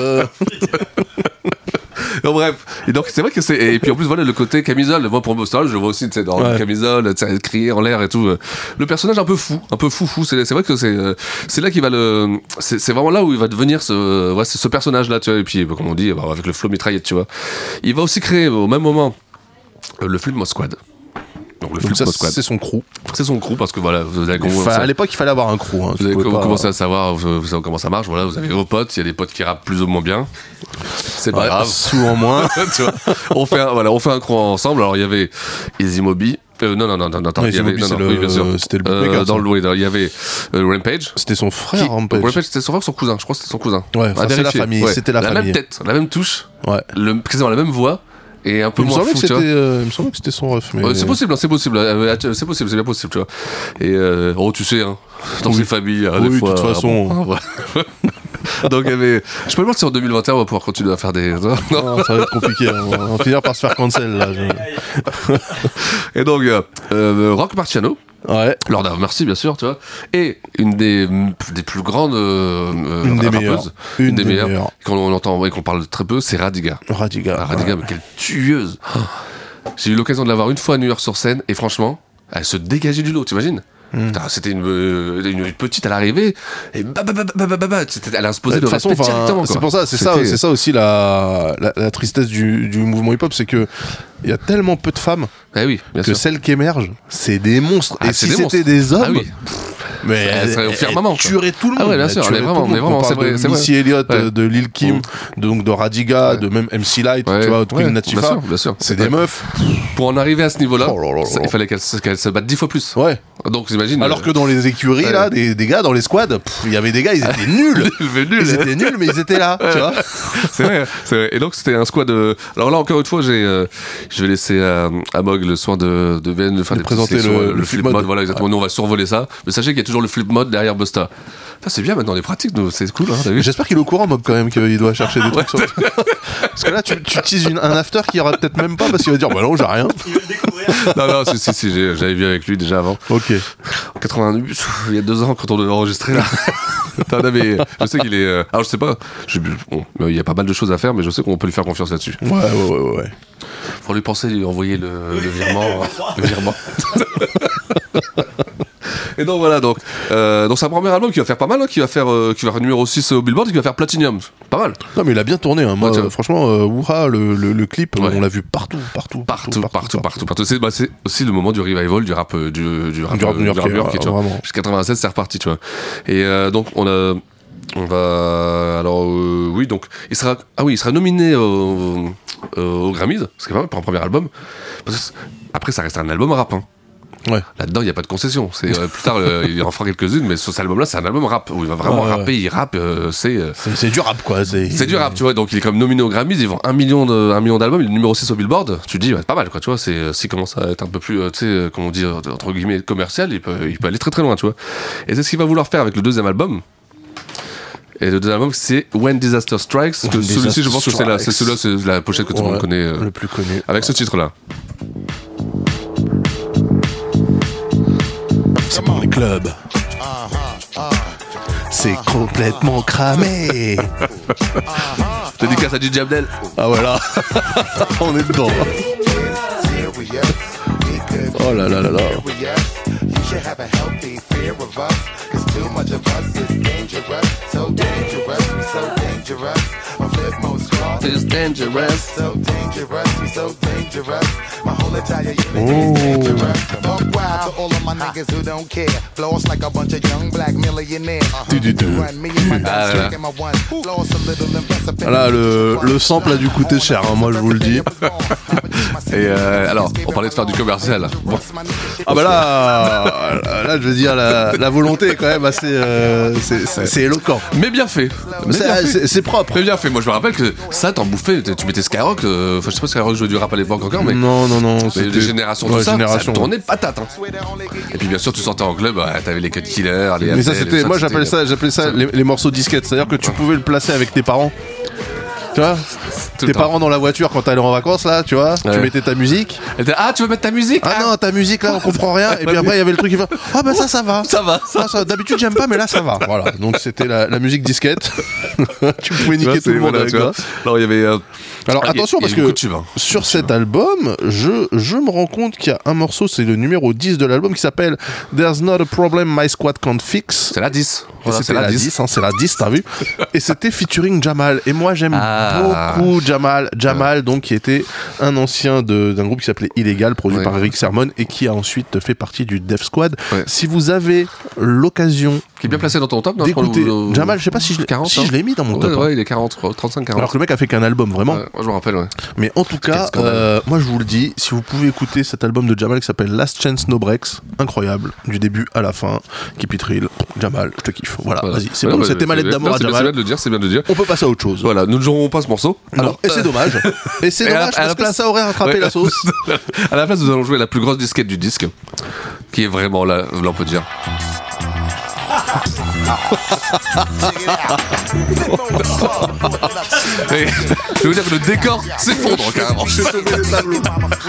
Donc, bref, et donc c'est vrai que c'est. Et puis en plus, voilà le côté camisole. Moi pour Busta, je le vois aussi, tu sais, dans une camisole, tu sais, crier en l'air et tout. Le personnage un peu fou. C'est vrai que c'est là qu'il va le. C'est vraiment là où il va devenir ce personnage-là, tu vois. Et puis, comme on dit, avec le flow mitraillette, tu vois. Il va aussi créer au même moment le Flip Mode Squad. Donc le Flip Mode Squad. C'est son crew. C'est son crew parce que voilà, vous avez à l'époque, il fallait avoir un crew. Hein, vous avez commencé à savoir comment ça marche. Voilà, vous avez vos potes. Il y a des potes qui rappent plus ou moins bien. C'est pas grave. Souvent moins. Tu vois, on fait un crew ensemble. Alors il y avait Easy Moby. Non, attends, il y avait, oui, bien sûr. C'était le bootlegger. Dans le il y avait Rampage. C'était son frère, Rampage. Rampage, c'était son frère ou son cousin? Je crois que c'était son cousin. Ouais, c'est la famille. Ouais. C'était la famille. La même tête, la même touche. Ouais. Quasiment la même voix. Et un peu moins fou, tu vois. Il me semblait que c'était son ref. Mais... c'est possible, c'est bien possible, tu vois. Et tu sais, hein, dans ces familles, des fois. De toute façon. Donc il y avait. Je peux me demander si en 2021 on va pouvoir continuer à faire des. Non, ça va être compliqué. On va finir par se faire cancel là. Et donc Rock Marciano. Ouais. Lord of Mercy, bien sûr, tu vois. Et une des plus grandes. Une des meilleures. Qu'on entend et qu'on parle très peu, c'est Radiga. Radiga, mais quelle tueuse. J'ai eu l'occasion de la voir une fois à New York sur scène, et franchement, elle se dégageait du lot, t'imagines? C'était une petite à l'arrivée et elle a imposé le respect directement. C'est ça aussi la tristesse du mouvement hip-hop, c'est que il y a tellement peu de femmes que celles qui émergent, c'est des monstres. Et si c'était des hommes, mais elle tuerait tout le monde. Ah ouais, bien sûr, mais vraiment, c'est vrai. Missy Elliott, de Lil Kim, donc de Radiga, de même MC Light, tu vois, Queen Latifah, bien sûr. C'est des meufs. Pour en arriver à ce niveau-là, il fallait qu'elle se batte 10 fois plus. Ouais. Donc j'imagine. Alors que dans les écuries là, des gars dans les squads, il y avait des gars, ils étaient nuls. Ils étaient nuls, mais ils étaient là, tu vois. C'est vrai. Et donc c'était un squad. Alors là encore une fois, je vais laisser à Mog le soin de présenter le flip mode. Voilà, exactement. Nous on va survoler ça. Mais sachez qu'il y a toujours le flip mode derrière Busta. Ça c'est bien maintenant les pratiques, c'est cool. Hein, j'espère qu'il est au courant, Mog, quand même, qu'il doit chercher des trucs. Parce que là, tu teases un after qui aura peut-être même pas, parce qu'il va dire bah non, j'ai rien. Il veut le découvrir. Non, si, j'avais vu avec lui déjà avant. Ok. En 88, il y a 2 ans, quand on devait enregistrer là. Mais je sais qu'il est. Alors je sais pas. Il y a pas mal de choses à faire, mais je sais qu'on peut lui faire confiance là-dessus. Ouais. Faut lui penser, lui envoyer le virement. Le virement. Et donc voilà, donc c'est un premier album qui va faire pas mal, hein, qui va faire numéro 6 au Billboard, qui va faire Platinum. Pas mal. Non mais il a bien tourné, hein. Moi franchement, le clip, on l'a vu partout. C'est aussi le moment du revival du rap new-yorkais, tu vois. Jusqu'à 96, c'est reparti, tu vois. Et donc on Oui, donc il sera nominé aux Grammys, c'est quand même pour un premier album. Parce que après, ça reste un album rap. Hein. Ouais. Là-dedans, il n'y a pas de concession. Plus tard, il en fera quelques-unes, mais sur cet album-là, c'est un album rap où il va vraiment rapper. Il rappe. C'est du rap, quoi. C'est du rap, tu vois. Donc il est comme nominé aux Grammys. Ils vendent 1 million d'albums. Il est numéro 6 au Billboard. Tu te dis, c'est pas mal, quoi. Tu vois, s'il commence à être un peu plus, comment on dit, entre guillemets, commercial, il peut aller très très loin, tu vois. Et c'est ce qu'il va vouloir faire avec le deuxième album. Et le deuxième album, c'est When Disaster Strikes. Celui-ci, je pense que c'est la pochette que tout le monde connaît. Le plus connu. Avec ce titre-là. C'est pour les clubs. C'est complètement cramé. Dédicace à DJ Abdel. Ah voilà. On est dedans. Oh là là là là. It's dangerous. Là, le sample a dû coûter cher, hein, moi je vous le dis. Et alors, on parlait de faire du commercial. Bon. Ah bah là, je veux dire, la volonté est quand même assez, c'est éloquent. Mais bien fait. C'est propre. Mais bien fait. Moi, je me rappelle que ça, t'en bouffais. Tu mettais Skyrock. Je sais pas si Skyrock jouait du rap à l'époque encore, mais non. Les générations, tout ça tournait patate. Hein. Et puis bien sûr, tu sortais en club, t'avais les Cut Killers, les. Mais ça, c'était. Moi, j'appelais ça les morceaux disquettes. C'est-à-dire que tu pouvais le placer avec tes parents. Tu vois, tes parents dans la voiture quand t'allais en vacances là, tu vois, tu mettais ta musique. Ah, tu veux mettre ta musique? Ah non, ta musique là, on comprend rien. Et puis après, il y avait le truc qui fait ah bah ça va. Ça va. D'habitude, j'aime pas, mais là ça va. Voilà. Donc c'était la musique disquette. Tu pouvais niquer tout le monde avec ça. Alors il y avait. Alors attention parce que sur cet album, je me rends compte qu'il y a un morceau, c'est le numéro 10 de l'album qui s'appelle There's Not a Problem My Squad Can't Fix. C'est la 10. Voilà, c'est la 10, hein, c'est la 10, t'as vu. Et c'était featuring Jamal. Et moi j'aime beaucoup Jamal, donc qui était un ancien d'un groupe qui s'appelait Illegal, produit par Eric Sermon et qui a ensuite fait partie du Def Squad. Si vous avez l'occasion qui est bien placé dans ton top, d'écouter Jamal, je sais pas si je l'ai mis dans mon top. Ouais, il est 35-40. Alors que le mec a fait qu'un album, vraiment. Moi je me rappelle, ouais. Mais en tout cas, moi je vous le dis, si vous pouvez écouter cet album de Jamal qui s'appelle Last Chance No Breaks, incroyable, du début à la fin, Keep It Real, Jamal, je te kiffe. Voilà. Vas-y, c'est bon, c'était ma lettre d'amour à Jamal. C'est bien de le dire. On peut passer à autre chose. Voilà, nous ne jouerons pas ce morceau. Alors, et c'est dommage. Et c'est dommage parce que ça aurait rattrapé la sauce. À la place, nous allons jouer la plus grosse disquette du disque, qui est vraiment là, on peut dire. Et je veux dire que le décor s'effondre carrément. Je vais tomber les tableaux.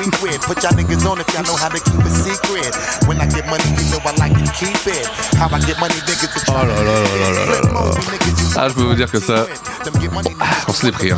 Oh là là là là là. Ah, je peux vous dire que ça, on se l'est pris. Hein.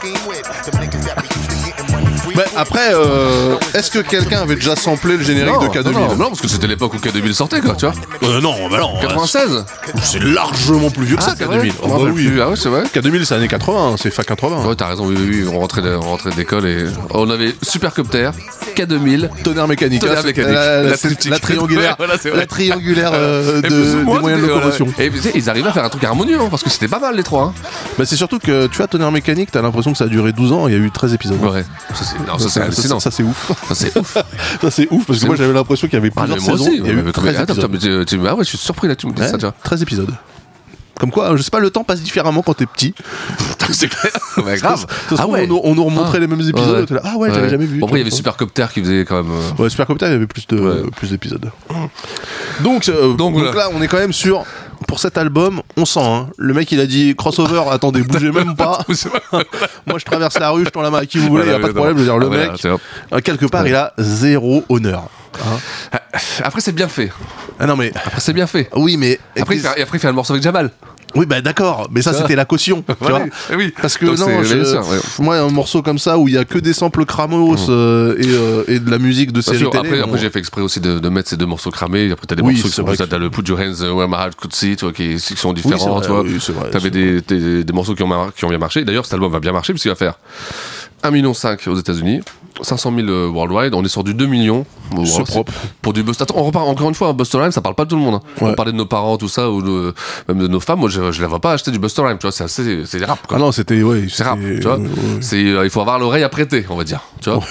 Bah, après, est-ce que quelqu'un avait déjà samplé le générique de K2000? Non, parce que c'était l'époque où K2000 sortait, quoi, tu vois. Non, bah non. 96. C'est largement plus vieux que ça, K2000. Oh, bah oui. Ah ouais, c'est vrai. K2000, c'est années 80, c'est fac 80. Ouais, t'as raison, oui. On rentrait d'école et on avait Supercopter, K2000, Tonnerre mécanique. La triangulaire. Voilà, la triangulaire des moyens de locomotion. Et ils arrivaient à faire un truc harmonieux, hein, parce que c'était pas mal les trois. Hein. Bah, c'est surtout que, tu vois, Tonnerre mécanique, t'as l'impression que ça a duré 12 ans, il y a eu 13 épisodes. Ouais. Ça c'est hallucinant. Ça c'est ouf. Ça c'est ouf parce que moi j'avais l'impression qu'il y avait plusieurs saisons. Aussi, il y a eu 13 épisodes. Ah ouais, je suis surpris là, tu me dis ça, tu vois. 13 épisodes. Comme quoi, je sais pas, le temps passe différemment quand t'es petit. C'est clair. Ouais, grave. On nous remontrait les mêmes épisodes. Ouais. Ah ouais, j'avais jamais vu. Après, il y avait Supercopter qui faisait quand même. Ouais, Supercopter, il y avait plus d'épisodes. Donc là, on est quand même sur. Pour cet album, on sent, hein. Le mec il a dit crossover, attendez, bougez même pas. Moi je traverse la rue, je tends la main à qui vous voulez, y a pas de problème. Je veux dire, le mec, quelque part, il a zéro honneur. Hein. Après, c'est bien fait. Ah non, mais. Après, c'est bien fait. Oui, mais. Après, il fait un morceau avec Jamal. Oui, bah d'accord, mais ça c'était la caution. Tu vois oui. Parce que moi, un morceau comme ça où il y a que des samples cramos et de la musique de série télé. Après, j'ai fait exprès aussi de mettre ces deux morceaux cramés. Après, t'as des morceaux qui sont plus. T'as le Put Your Hands Where My Heart Could See, tu vois, qui sont différents. Tu vois. T'avais des morceaux qui ont bien marché. D'ailleurs, cet album va bien marcher puisqu'il va faire 1,5 million aux États-Unis. 500 000 worldwide, on est sur du 2 millions. C'est propre. Pour du Busta. Attends, on repart encore une fois, Busta Rhymes, ça parle pas de tout le monde. Hein. Ouais. On parlait de nos parents, tout ça, ou même de nos femmes. Moi, je la vois pas acheter du Busta Rhymes, tu vois, c'est rap, quoi. Ah non, c'est rap, tu vois. Il faut avoir l'oreille à prêter, on va dire, tu vois.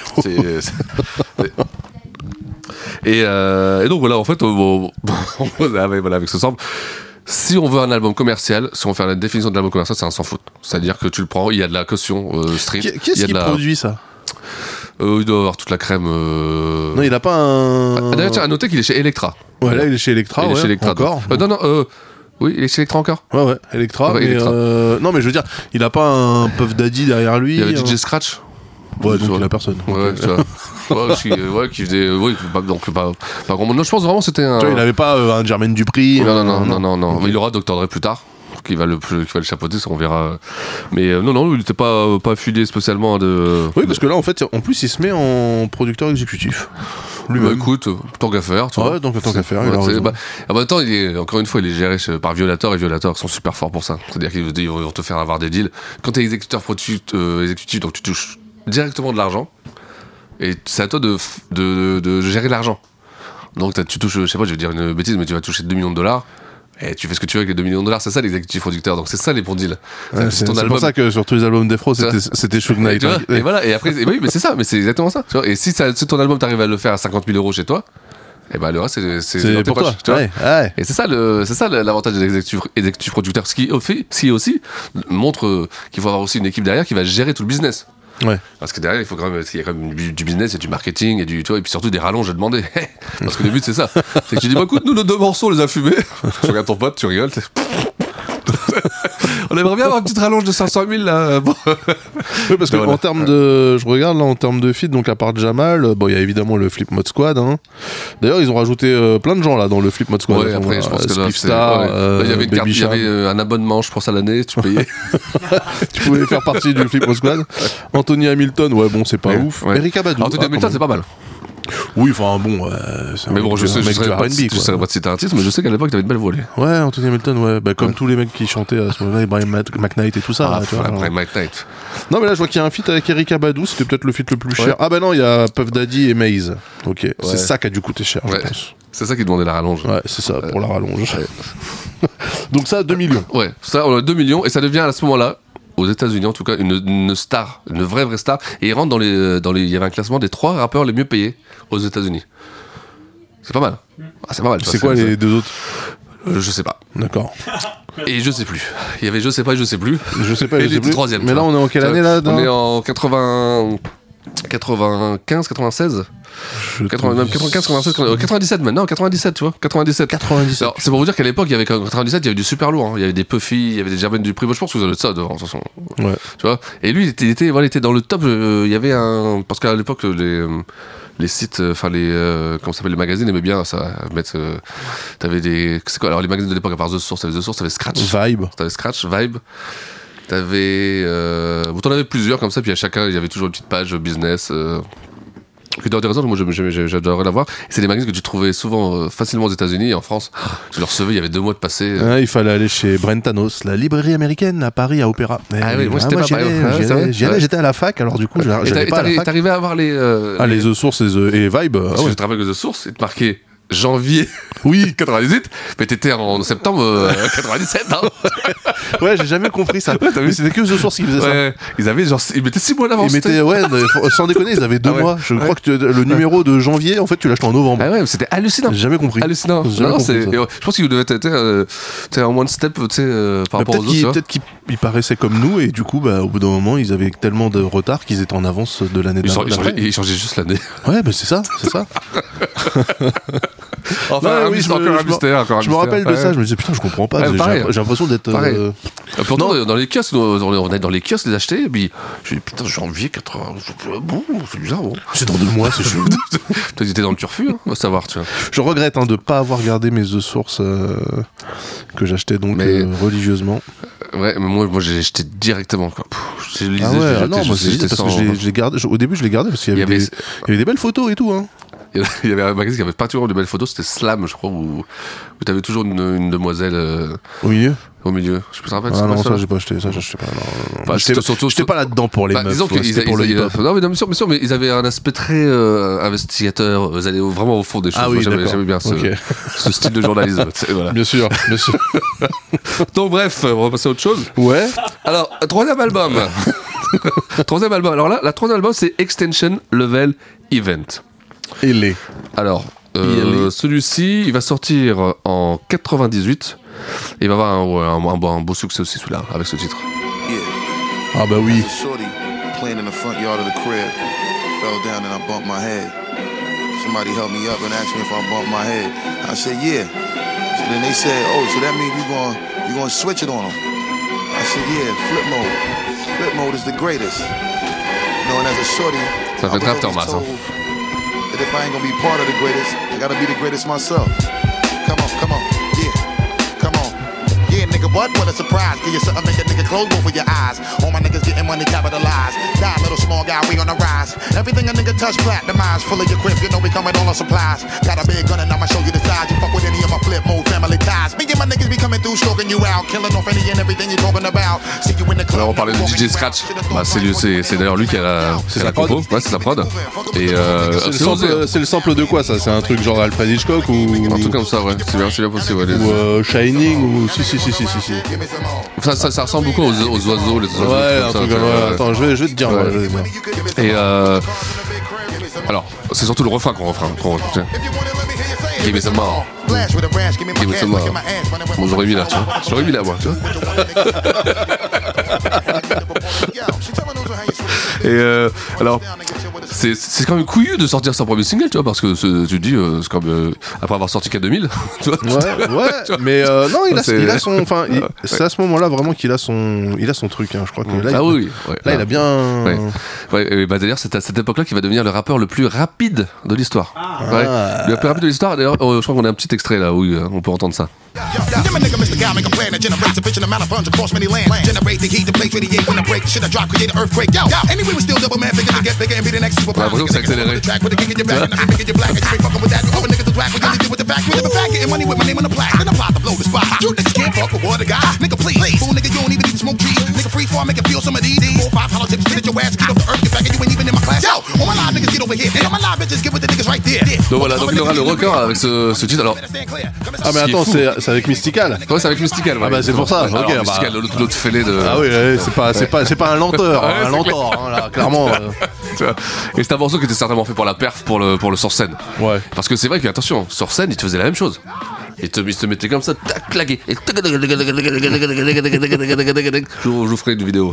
Et donc voilà, en fait, avec ce sample, si on veut un album commercial, si on fait la définition de l'album commercial, c'est un sans faute. C'est-à-dire que tu le prends, il y a de la caution street. Qui produit ça? Il doit avoir toute la crème. Non, il a pas un. D'ailleurs, tiens, à noter qu'il est chez Elektra. Ouais, là, il est chez Elektra. Il est chez Elektra encore. Oui, il est chez Elektra encore. Ouais, Elektra. Mais Elektra. Non, mais je veux dire, il a pas un Puff Daddy derrière lui. Il y avait DJ Scratch. Ouais, donc il a personne. Ouais, tu vois. Qui faisait. Oui, donc pas grand monde. Non, je pense vraiment que c'était un. Tu vois, il avait pas un Jermaine Dupri. Non. Mais il aura Dr. Dre plus tard. Qui va le chapeauter, ça on verra. Mais non, il n'était pas affilié spécialement de. Oui, parce que là, en fait, en plus, il se met en producteur exécutif. Bah écoute, tant qu'à faire, tu vois. Ouais, donc tant qu'à faire. En même temps, encore une fois, il est géré par Violator, et Violator sont super forts pour ça. C'est-à-dire qu'ils vont te faire avoir des deals. Quand t'es exécutif, donc tu touches directement de l'argent, et c'est à toi de gérer l'argent. Donc tu touches, je sais pas, je vais dire une bêtise, mais tu vas toucher 2 millions de dollars. Et tu fais ce que tu veux avec les 2 millions de dollars, c'est ça l'exécutif producteur, donc c'est ça les bons deals. Ouais, c'est pour ça que sur tous les albums d'Afro, c'était Suge Knight. Et voilà, et après, oui, mais c'est ça, mais c'est exactement ça. Tu vois, et si ton album t'arrive à le faire à 50 000 € chez toi, et ben le reste c'est dans tes poches, tu vois. Ouais. Et c'est ça l'avantage des exécutifs producteurs, ce qui aussi montre qu'il faut avoir aussi une équipe derrière qui va gérer tout le business. Ouais. Parce que derrière, il y a quand même du business, il y a du marketing, tu vois, et puis surtout des rallonges à demander. Parce que le but, c'est ça. C'est que tu dis, écoute, nous, nos 2 morceaux, on les a fumés. Tu regardes ton pote, tu rigoles. On aimerait bien avoir une petite rallonge de 500 000 là. Bon. Oui, parce que en termes de. Je regarde là, en termes de feat, donc à part Jamal, il y a évidemment le Flip Mode Squad. Hein. D'ailleurs, ils ont rajouté plein de gens là dans le Flip Mode Squad. Ouais, après, je pense que là, il y avait une carte, il y avait un abonnement, je pense, à l'année, tu payais. Tu pouvais faire partie du Flip Mode Squad. Anthony Hamilton, bon, c'est pas ouf. Erykah Badu. Anthony Hamilton, c'est pas mal. Oui, enfin bon, mais bon, je sais pas de citer un artiste, mais je sais qu'à l'époque, t'avais une belle voix. Ouais, Anthony Hamilton, comme tous les mecs qui chantaient à ce moment-là, Brian McKnight et tout ça. Brian McKnight. Non, mais là, je vois qu'il y a un feat avec Erykah Badu, c'était peut-être le feat le plus cher. Ah bah non, il y a Puff Daddy et Maze. Ok, c'est ça qui a dû coûter cher, je pense. C'est ça qui demandait la rallonge. Ouais, c'est ça, pour la rallonge. Donc ça, 2 millions. Ouais, ça, on a 2 millions, et ça devient à ce moment-là, aux États-Unis en tout cas, une star, une vraie star, et il rentre dans les, il y avait un classement des 3 rappeurs les mieux payés aux États-Unis. C'est pas mal. C'est pas mal. C'est quoi les 2 autres? Je sais pas. D'accord. Et je sais plus. Il y avait je sais pas et je sais plus. Je sais pas et je sais plus. 3e. Mais là, on est en quelle année là? On est en 95, 96. Même 95, 96, 97 maintenant, 97, tu vois, 97. Alors, c'est pour vous dire qu'à l'époque, il y avait 97, il y avait du super lourd, hein. Il y avait des Puffy, il y avait des Jermaine Dupri, moi je pense que vous avez ça devant, de toute façon. Ouais. Tu vois. Et lui, il était dans le top, il y avait parce qu'à l'époque, les sites, enfin comment ça s'appelle, les magazines aimaient bien ça, mettre, t'avais c'est quoi, alors les magazines de l'époque, à part The Source, t'avais Scratch. T'avais Scratch, Vibe. T'avais, t'en avais plusieurs comme ça, puis à chacun, il y avait toujours une petite page business, qui était intéressante, moi j'adorais la voir. Et c'est des magazines que tu trouvais souvent facilement aux États-Unis et en France. Tu le recevais, il y avait 2 mois de passé. Il fallait aller chez Brentanos, la librairie américaine à Paris, à Opéra. Oui, moi j'y allais, j'étais à la fac, alors du coup, j'allais pas à la fac. T'arrivais à avoir les The Source et Vibe. Parce que je travaille avec The Source, il te marquait janvier 98, mais t'étais en septembre 97, hein. Ouais, j'ai jamais compris ça. Mais c'était que The Source qui faisait ça. Ils avaient ils mettaient 6 mois d'avance. Ils mettaient, sans déconner, ils avaient 2 mois. Je crois que le numéro de janvier, en fait, tu l'achetais en novembre. Ah ouais, c'était hallucinant. J'ai jamais compris. Hallucinant. Je pense qu'il devait être en one step, tu sais, par rapport aux autres. Peut-être qu'ils paraissaient comme nous, et du coup, au bout d'un moment, ils avaient tellement de retard qu'ils étaient en avance de l'année dernière. Ils changeaient juste l'année. Ouais, c'est ça. Enfin, oui, encore un mystère. Je me rappelle de ça, je me disais putain, je comprends pas. J'ai l'impression d'être. Pourtant, dans les kiosques, on est dans les kiosques les acheter, et puis je dis putain, janvier 80. Bon, c'est bizarre, bon. C'est dans 2 mois, c'est chelou. Peut-être étais dans le turfu, on va savoir, tu vois. Je regrette de pas avoir gardé mes The Source que j'achetais donc religieusement. Ouais, mais moi j'ai acheté directement, quoi. Je lisais, parce que je l'ai gardé. Au début, je l'ai gardé parce qu'il y avait des belles photos et tout, hein. Il y avait un magazine qui avait particulièrement de belles photos, c'était Slam, je crois, où t'avais toujours une demoiselle. Au milieu. au milieu. Je peux te rappeler. Ah non, ça j'ai pas acheté. Ça j'achetais pas. Non. Bah, j'étais pas là-dedans pour les meufs. Disons c'était pour le hip-hop. Non, mais bien sûr, mais ils avaient un aspect très investigateur. Ils allaient vraiment au fond des choses. Ah oui, j'aimais bien ce style de journalisme. Voilà. Bien sûr. Donc bref, on va passer à autre chose. Ouais. Alors, troisième album. Alors là, la troisième album, c'est Extension Level Event. Alors, celui-ci, il va sortir en 98. Et il va avoir un beau succès aussi, celui-là, avec ce titre. Ah bah oui. Playing in the front yard of the crib, fell down and I bumped my head. Somebody helped me up and asked me if I bumped my head. I said yeah. So then they said, oh, so that means you gonna switch it on them. I said yeah, flip mode. Flip mode is the greatest. Knowing as a shorty, ça fait très Aftermath. That if I ain't gonna be part of the greatest, I gotta be the greatest myself. Come on, yeah, come on. Yeah, nigga, what a surprise. Give you something, make a nigga close both of your eyes. All my niggas getting money capitalized. Die, little small guy, we on the rise. Everything a nigga touch, platinumized. Full of your crib, you know we coming all on supplies. Got a big gun and I'ma show you the size. You fuck with any of my flip mode family ties. Me and my niggas be coming through, stalking you out. Killing off any and everything you talking about. See you in the club. Alors on parlait de DJ Scratch. Bah, c'est d'ailleurs lui qui a la compo. Ouais, c'est sa prod. Et c'est le sample de quoi ça? C'est un truc genre Alfred Hitchcock ou un truc comme ça, ouais. C'est bien possible. Ouais, ou Shining ou si. Ça ressemble beaucoup aux oiseaux, les oiseaux. Ouais, un truc comme ça. Attends, je vais te dire. Et alors, c'est surtout le refrain qu'on retient. Give me some more. Give me some more. Bon, j'aurais mis là, tu vois. J'aurais mis là, moi, tu vois. Et alors, c'est quand même couillu de sortir son premier single, tu vois, parce que tu te dis, c'est comme après avoir sorti K2000, tu vois. Ouais, mais non, il a son, enfin, c'est à ce moment-là vraiment qu'il a son truc, hein. Je crois que là, là, il a bien. Ouais, bah d'ailleurs, c'est à cette époque-là qu'il va devenir le rappeur le plus rapide de l'histoire. Le plus rapide de l'histoire. D'ailleurs, je crois qu'on a un petit extrait là où on peut entendre ça. On a l'impression que c'est accéléré. Donc voilà, donc il aura le record avec ce titre. Alors, ah mais attends, c'est avec Mystical. Ouais, c'est avec Mystical. Ah bah c'est pour ça. Alors, okay, Mystical, l'autre fêlé de. Ah oui, c'est pas un lenteur, un lentor, hein, là, clairement. Et c'est un morceau qui était certainement fait pour la perf, pour le sur scène. Ouais. Parce que c'est vrai qu'attention, sur scène, il te faisait la même chose. Il te mettait comme ça, tac, claqué. Et je vous ferai une vidéo.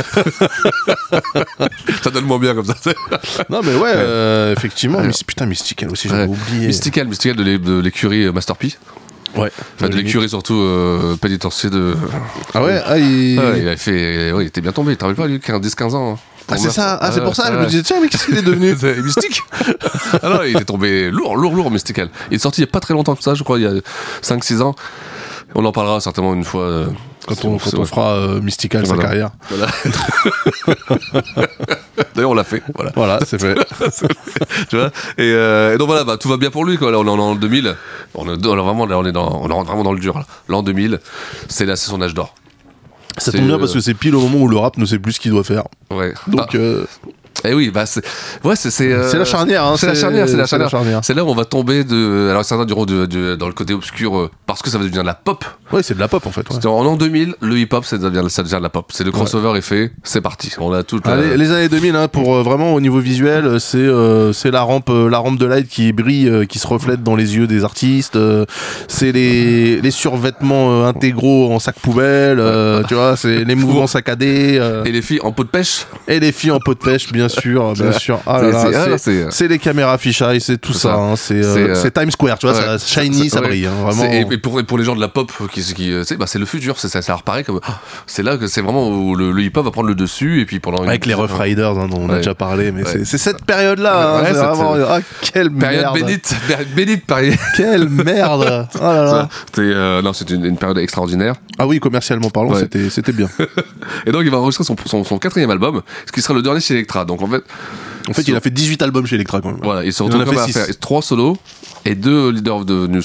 Ça donne moins bien comme ça. Non mais ouais, effectivement. Putain, Mystical aussi, j'avais oublié. Mystical de l'écurie Master P. Ouais. Enfin, de l'écurie surtout pénitencier de. Ah ouais, il avait fait. Ouais, il était bien tombé. Tu te rappelles pas, lui, 10-15 ans. Ah c'est ça, c'est pour ça, je me disais tiens mais qu'est-ce qu'il est devenu? Mystique. Ah non, il était tombé lourd Mystical. Il est sorti il y a pas très longtemps que ça, je crois, il y a 5-6 ans. On en parlera certainement une fois. Quand on fera Mystical sa carrière. Voilà. D'ailleurs on l'a fait. Voilà, c'est fait. Tu vois. Et donc voilà, tout va bien pour lui quoi. Là, on est en 2000. On rentre vraiment dans le dur. Là. L'an 2000, c'est son âge d'or. Ça tombe bien parce que c'est pile au moment où le rap ne sait plus ce qu'il doit faire. Ouais. Donc. Et oui, bah c'est la charnière, hein, c'est la charnière. C'est là où on va tomber alors certains diront dans le côté obscur parce que ça va devenir de la pop. Ouais, c'est de la pop en fait. Ouais. En l'an 2000, le hip-hop ça devient de la pop. C'est le crossover est fait, c'est parti. On a tout. Les années 2000 hein, pour vraiment au niveau visuel, c'est la rampe de light qui brille, qui se reflète dans les yeux des artistes. C'est les survêtements intégraux en sac poubelle. Tu vois, c'est les mouvements saccadés. Et les filles en pot de pêche. Bien sûr. Ah là là, c'est les caméras fisheye, c'est tout ça. Hein, c'est Times Square, tu vois, ça shiny, ça brille. Hein, vraiment. Et pour les gens de la pop, c'est le futur. Ça reparaît comme. C'est là que c'est vraiment où le hip-hop va prendre le dessus et puis pendant. Avec les Rough Riders, hein, dont on a déjà parlé, mais c'est cette période-là. C'est vraiment. Ah quelle période bénite, Paris. Quelle merde. Oh là là. Non, c'était une période extraordinaire. Ah oui, commercialement parlant, c'était bien. Et donc il va enregistrer son quatrième album, ce qui sera le dernier chez Elektra. Donc en fait, il a fait 18 albums chez Elektra quand même. Voilà, il se retrouve à faire 3 solos et 2 leaders de New School.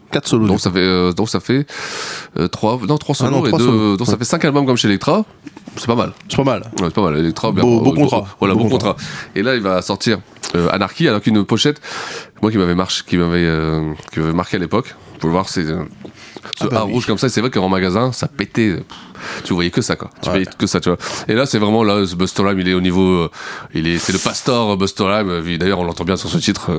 4 solos. Donc ça fait 3 solos et 2 solos. donc ça fait 5 albums comme chez Elektra. C'est pas mal. C'est pas mal. Ouais, c'est pas mal. Electra, beau contrat. Voilà, bon contrat. Et là, il va sortir Anarchy, alors qu'une pochette, moi qui m'avait marqué à l'époque. Vous pouvez voir, c'est ce A rouge comme ça. C'est vrai qu'en magasin, ça pétait. Tu voyais que ça, quoi. Tu voyais que ça, tu vois. Et là, c'est vraiment là, ce Busta Rhymes, il est au niveau, c'est le pasteur Busta Rhymes. D'ailleurs, on l'entend bien sur ce titre.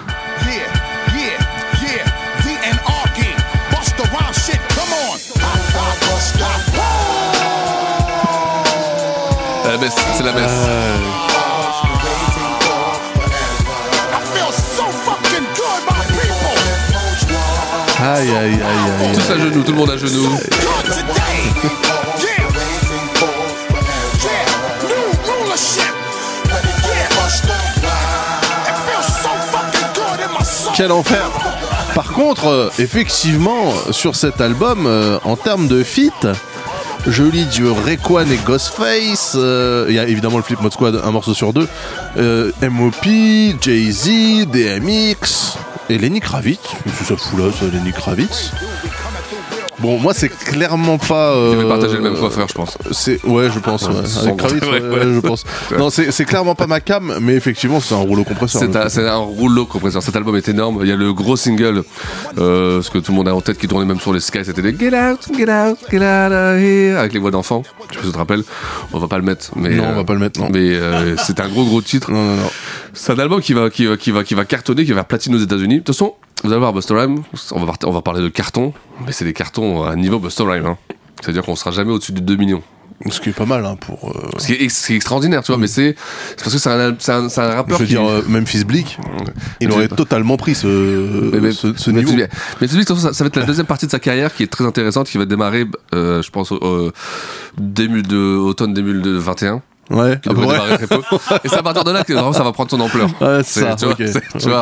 C'est la messe. Aïe, aïe, aïe, aïe. Tous à genoux, tout le monde à genoux. Quel enfer. Par contre, effectivement, sur cet album, en termes de feat, je lis du Raekwon et Ghostface. Il y a évidemment le Flip Mode Squad, un morceau sur 2. M.O.P., Jay-Z, DMX et Lenny Kravitz. Qu'est-ce que ça fout là, ça, Lenny Kravitz? Bon, moi, c'est clairement pas. Ils avaient partagé le même coiffeur, je pense. Ouais, je pense. Ouais. Avec Kravitz, je pense. Non, c'est clairement pas ma cam, mais effectivement, c'est un rouleau compresseur. C'est un rouleau compresseur. Cet album est énorme. Il y a le gros single, ce que tout le monde a en tête, qui tournait même sur les Sky. C'était des Get out, get out, get out of here, avec les voix d'enfants. Je sais pas si tu te rappelles. On va pas le mettre. Mais, non, on va pas le mettre, non. Mais c'est un gros titre. Non. C'est un album qui va cartonner, qui va faire platine aux États-Unis. De toute façon, vous allez voir Busta Rhymes, on va parler de cartons, mais c'est des cartons à niveau Busta Rhymes. Hein. C'est-à-dire qu'on sera jamais au-dessus de 2 millions. Ce qui est pas mal hein, pour. Ce qui est extraordinaire, tu vois, mais c'est parce que c'est un rappeur. Je veux dire, Memphis Bleak, il aurait totalement pris ce niveau. Mais Memphis Bleak, ça va être la deuxième partie de sa carrière qui est très intéressante, qui va démarrer, je pense, automne 2021. Ouais, qui devrait démarrer très peu. Et c'est à partir de là que vraiment ça va prendre son ampleur. Ouais, c'est ça. Tu vois,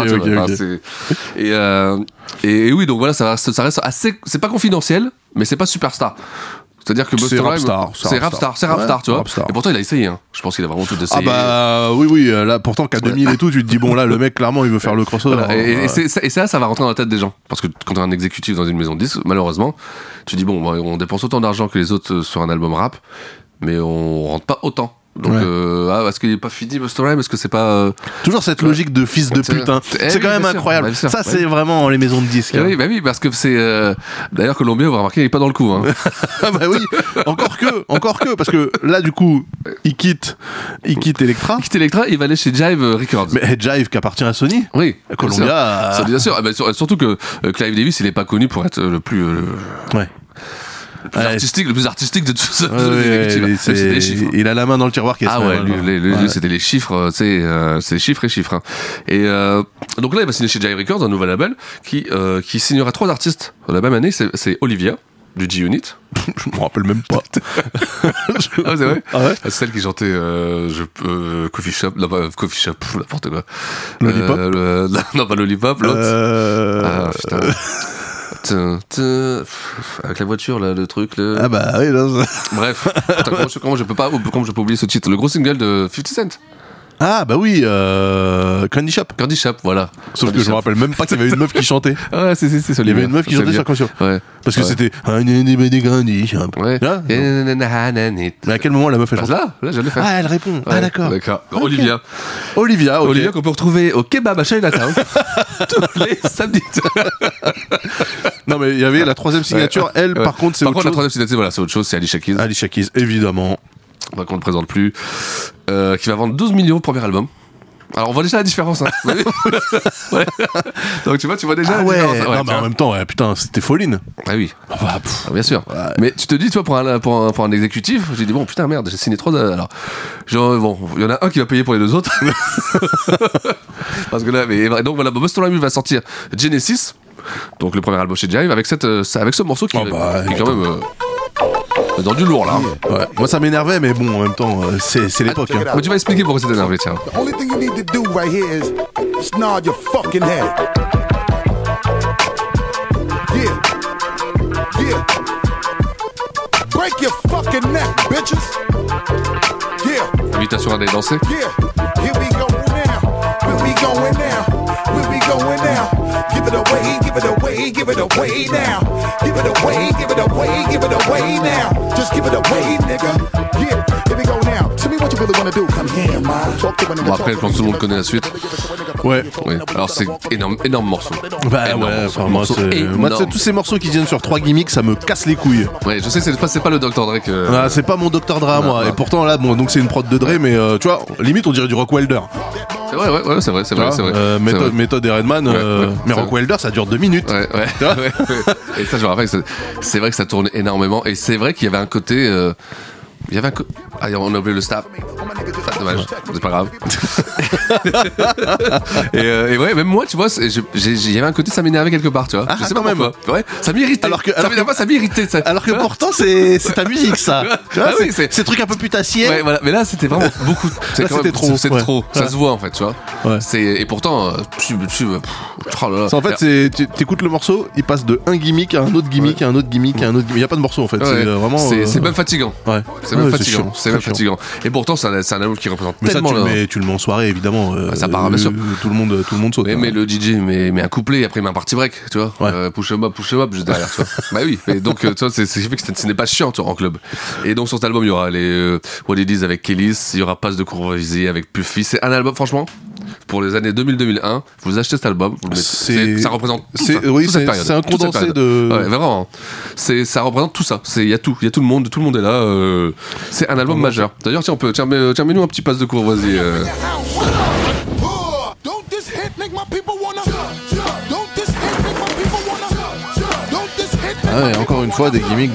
et oui, donc voilà, ça reste assez. C'est pas confidentiel, mais c'est pas superstar. C'est-à-dire que Busta Rhymes, c'est Rapstar, tu vois. Rapstar. Et pourtant, il a essayé, hein. Je pense qu'il a vraiment tout essayé. Ah bah oui, là, pourtant, qu'à 2000 et tout, tu te dis, bon, là, le mec, clairement, il veut faire le crossover. Voilà. Et ça va rentrer dans la tête des gens. Parce que quand t'es un exécutif dans une maison de disques, malheureusement, tu dis, bon, on dépense autant d'argent que les autres sur un album rap, mais on rentre pas autant. Donc, est-ce qu'il est pas fini, Busta Rhymes? Est-ce que c'est pas. Toujours cette logique de fils de pute, hein. C'est quand même incroyable. Ça, c'est vraiment les maisons de disques. Oui, bah oui, parce que c'est. D'ailleurs, Columbia, vous remarquez, il est pas dans le coup, hein. Bah oui, encore que, parce que là, du coup, il quitte Elektra. Il va aller chez Jive Records. Mais Jive qui appartient à Sony. Oui. Columbia. Bien sûr. Surtout que Clive Davis, il est pas connu pour être le plus. Ouais. Le plus artistique de tous il a la main dans le tiroir qui est lui, c'était les chiffres, c'est chiffres et chiffres. Hein. Et donc là, il va signer chez Jive Records, un nouvel label qui signera 3 artistes la même année. C'est Olivia du G-Unit. Je me rappelle même pas. Ah, c'est vrai? Ah ouais? C'est celle qui chantait Coffee Shop, n'importe quoi. Lollipop? Non, pas Lollipop, l'autre. Putain. Avec la voiture là, le truc Ah bah oui là, bref, comment je peux pas oublier ce titre, le gros single de 50 Cent. Ah bah oui, Candy Shop, voilà. Sauf que je me rappelle même pas qu'il y avait une meuf qui chantait. Ouais, c'est il y avait une meuf qui chantait sur Candy Shop. Ouais. Parce que c'était Candy Shop. Ouais. Mais à quel moment la meuf elle chante? Là, je l'ai fait. Ah, elle répond. Ah d'accord. Olivia, qu'on peut retrouver au kebab à Chinatown tous les samedis. Non mais il y avait la 3ème signature. Elle, par contre, c'est autre chose. La 3ème signature, voilà, c'est autre chose. C'est Alicia Keys, évidemment. Qu'on ne le présente plus, qui va vendre 12 millions au premier album. Alors on voit déjà la différence, hein. Ouais. Donc tu vois déjà la différence. Non mais en même temps, putain, c'était Falling. Ah oui. Bien sûr. Ouais. Mais tu te dis, tu vois, pour un exécutif, j'ai dit bon putain merde, j'ai signé 3. Alors bon, il y en a un qui va payer pour les 2 autres. Parce que là, donc voilà, Busta Rhymes va sortir Genesis, donc le premier album chez Jive, avec ce morceau qui est quand même. Dans du lourd là. Ouais. Moi ça m'énervait, mais bon, en même temps, c'est l'époque. Hein. Mais tu vas expliquer pourquoi c'est énervé, tiens. The only thing you need to do right here is just nod your fucking head. Yeah. Break your fucking neck, bitches. Yeah. Invitation à aller danser. Yeah. Here we go now. Where we going now? Where we going now? Give it away, give it away, give it away now. Give it away, give it away, give it away now. Just give it away, nigga. Yeah, here we go now. Tell me what you really wanna do. Come here, man. Talk to me. Bon, après, je pense que tout le monde connaît la suite. Ouais. Alors, c'est énorme morceau. Bah énorme ouais, enfin, moi, tous ces morceaux qui viennent sur 3 gimmicks, ça me casse les couilles. Ouais, je sais que c'est pas le Dr. Dre que... Ah, c'est pas mon Dr. Dre à moi. Et pourtant, là, bon, donc c'est une prod de Dre, mais tu vois, limite, on dirait du Rock Wilder. Ouais, c'est vrai. Méthode et Redman, mais Rock Wilder, ça dure 2 minutes. Ouais. Et ça, je me rappelle, c'est vrai que ça tourne énormément. Et c'est vrai qu'il y avait un côté... Ah, on a oublié le staff. Ah, dommage, c'est pas grave. et ouais, même moi, tu vois, il y avait un côté, ça m'énervait quelque part, tu vois. Ah, je sais pas même. Ouais, ça m'irritait. Ça m'irritait. Alors que pourtant, c'est ta musique, ça. Tu vois, oui, c'est truc un peu putassier. Ouais, voilà. Mais là, c'était vraiment beaucoup. C'était trop. C'est trop. Ça se voit, en fait, tu vois. Ouais. Et pourtant, oh là là. En fait, t'écoutes le morceau, il passe de un gimmick à un autre gimmick, à un autre gimmick, à un autre gimmick. Il y a pas de morceau, en fait. Ouais. C'est vraiment. C'est même fatigant. Ouais. C'est même fatigant. C'est même fatigant. Et pourtant, c'est un album qui représente mais tellement. Ça, tu le mets en soirée, évidemment. Ça part, bien sûr. Tout le monde saute. Mais le DJ met un couplet et après il met un party break, tu vois. Ouais. Push 'em up juste derrière, tu vois. Bah oui. Et donc, tu vois, c'est fait que ce n'est pas chiant, tu vois, en club. Et donc, sur cet album, il y aura les What It Is avec Kellis, il y aura Passe de Courvoisier avec Puffy. C'est un album, franchement. Pour les années 2000-2001, vous achetez cet album, vous le mettez, ça représente toute cette période. C'est un condensé de. Ouais, vraiment. Ça représente tout ça. Il y a tout le monde est là. C'est un album majeur. D'ailleurs, tiens, mets-nous un petit passe de Courvoisier. Ah ouais, encore une fois, des gimmicks.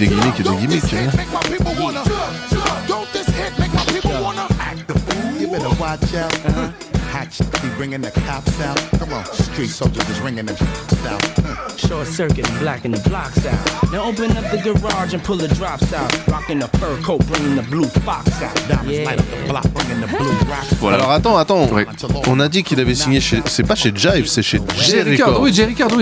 Be bringing the cops out. Come on, street soldiers is ringing the out. Short circuit and blacking the blocks out. Now open up the garage and pull the drops out. Rocking the fur coat, bringing the blue fox out. Yeah. Light up the block, bringing the blue rock. Voilà. Alors attends. Ouais. On a dit qu'il avait signé chez. C'est pas chez Jive, c'est chez J-Record. Oui, J-Record.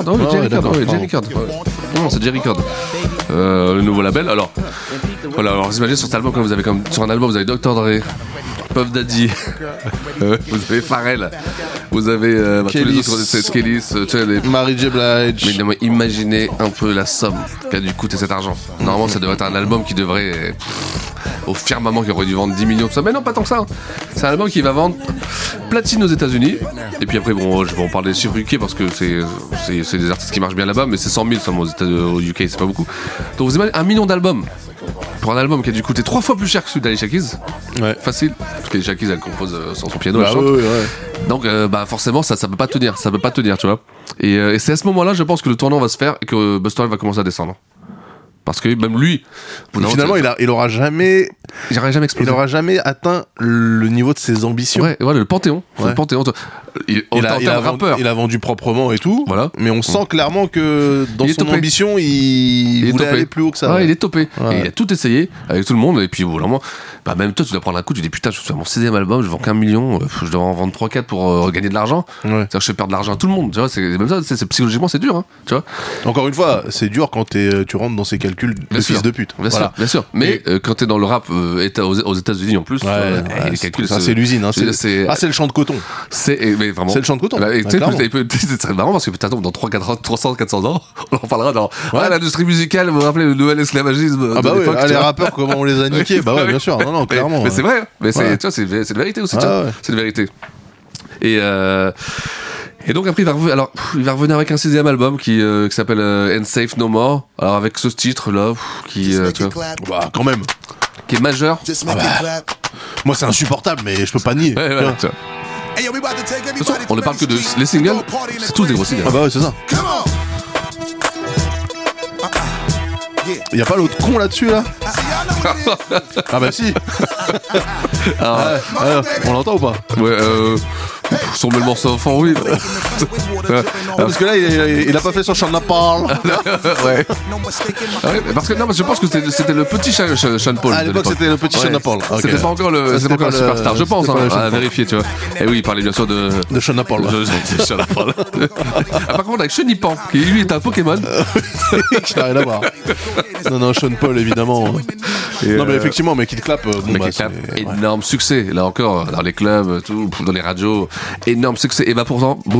Non, c'est J-Record. Le nouveau label. Alors, voilà. Alors, vous imaginez sur cet album, comme vous avez sur un album, vous avez Dr. Dre, Puff Daddy, vous avez Pharrell, vous avez tous les autres, c'est Kellis, Mary J. Blige. Mais imaginez un peu la somme qu'a dû coûter cet argent. Normalement, ça devrait être un album qui devrait au firmament, qui aurait dû vendre 10 millions de ça. Mais non, pas tant que ça. C'est un album qui va vendre platine aux États-Unis. Et puis après, bon, je vais en parler des chiffres UK parce que c'est des artistes qui marchent bien là-bas, mais c'est 100 000 seulement au UK, c'est pas beaucoup. Donc vous imaginez 1 million d'albums. Pour un album qui a dû coûter 3 fois plus cher que celui d'Alicia Keys. Ouais. Facile. Parce qu'Alicia Keys, elle compose sans son piano, elle chante. Ouais. Donc, forcément, ça peut pas tenir. Ça peut pas tenir, tu vois. Et c'est à ce moment-là, je pense que le tournant va se faire et que Busta Rhymes va commencer à descendre. Parce que même lui, finalement, il aura jamais explosé. Il aura jamais atteint le niveau de ses ambitions. Ouais, voilà, le Panthéon. Ouais. Le Panthéon. Il a vendu proprement et tout. Voilà. Mais on sent clairement que dans son ambition, il voulait aller plus haut que ça. Ouais, il est topé. Ouais. Et il a tout essayé avec tout le monde. Et puis, vraiment, même toi, tu dois prendre un coup. Tu dis putain, je fais mon 6ème album, je vends qu'1 million. Je dois en vendre 3-4 pour gagner de l'argent. Ouais. C'est-à-dire que je fais perdre de l'argent à tout le monde. Tu vois, c'est même ça. Psychologiquement, c'est dur. Hein, tu vois. Encore une fois, c'est dur quand tu rentres dans ces calculs de fils de pute. Bien sûr. Mais quand t'es dans le rap aux États-unis en plus, les calculs, c'est l'usine. C'est le champ de coton. Mais vraiment. C'est le champ de coton. C'est marrant parce que peut-être dans 300-400 ans, on en parlera dans l'industrie musicale, vous vous rappelez le nouvel esclavagisme de l'époque. Les rappeurs, comment on les a niqués. Bah ouais, bien sûr. Non, clairement. Mais c'est vrai. Mais c'est de vérité aussi. C'est de vérité. Et donc après il va revenir avec un 6ème album qui s'appelle And Safe No More. Alors avec ce titre là qui tu vois, quand même, qui est majeur. Moi c'est insupportable mais je peux pas nier. Ouais, on ne parle que de les singles, c'est tous des gros singles. Ah bah ouais, c'est ça. Y'a pas l'autre con là-dessus là? Ah bah si. On l'entend ou pas? Ouais, sur le morceau enfant, oui. Parce que là, il a pas fait son Sean Paul. Ouais. Parce que je pense que c'était le petit Sean Paul. À l'époque, c'était le petit Sean Paul. C'était pas encore le superstar, je pense, à vérifier, tu vois. Et oui, il parlait bien sûr de Sean Paul. De Sean Paul. Par contre, avec Chenipan, qui lui est un Pokémon. Qui n'a rien à voir. Non, Sean Paul, évidemment. Non, mais effectivement, mais Kid Clap, énorme succès. Là encore, dans les clubs, tout, dans les radios, énorme succès. Et pourtant, boum,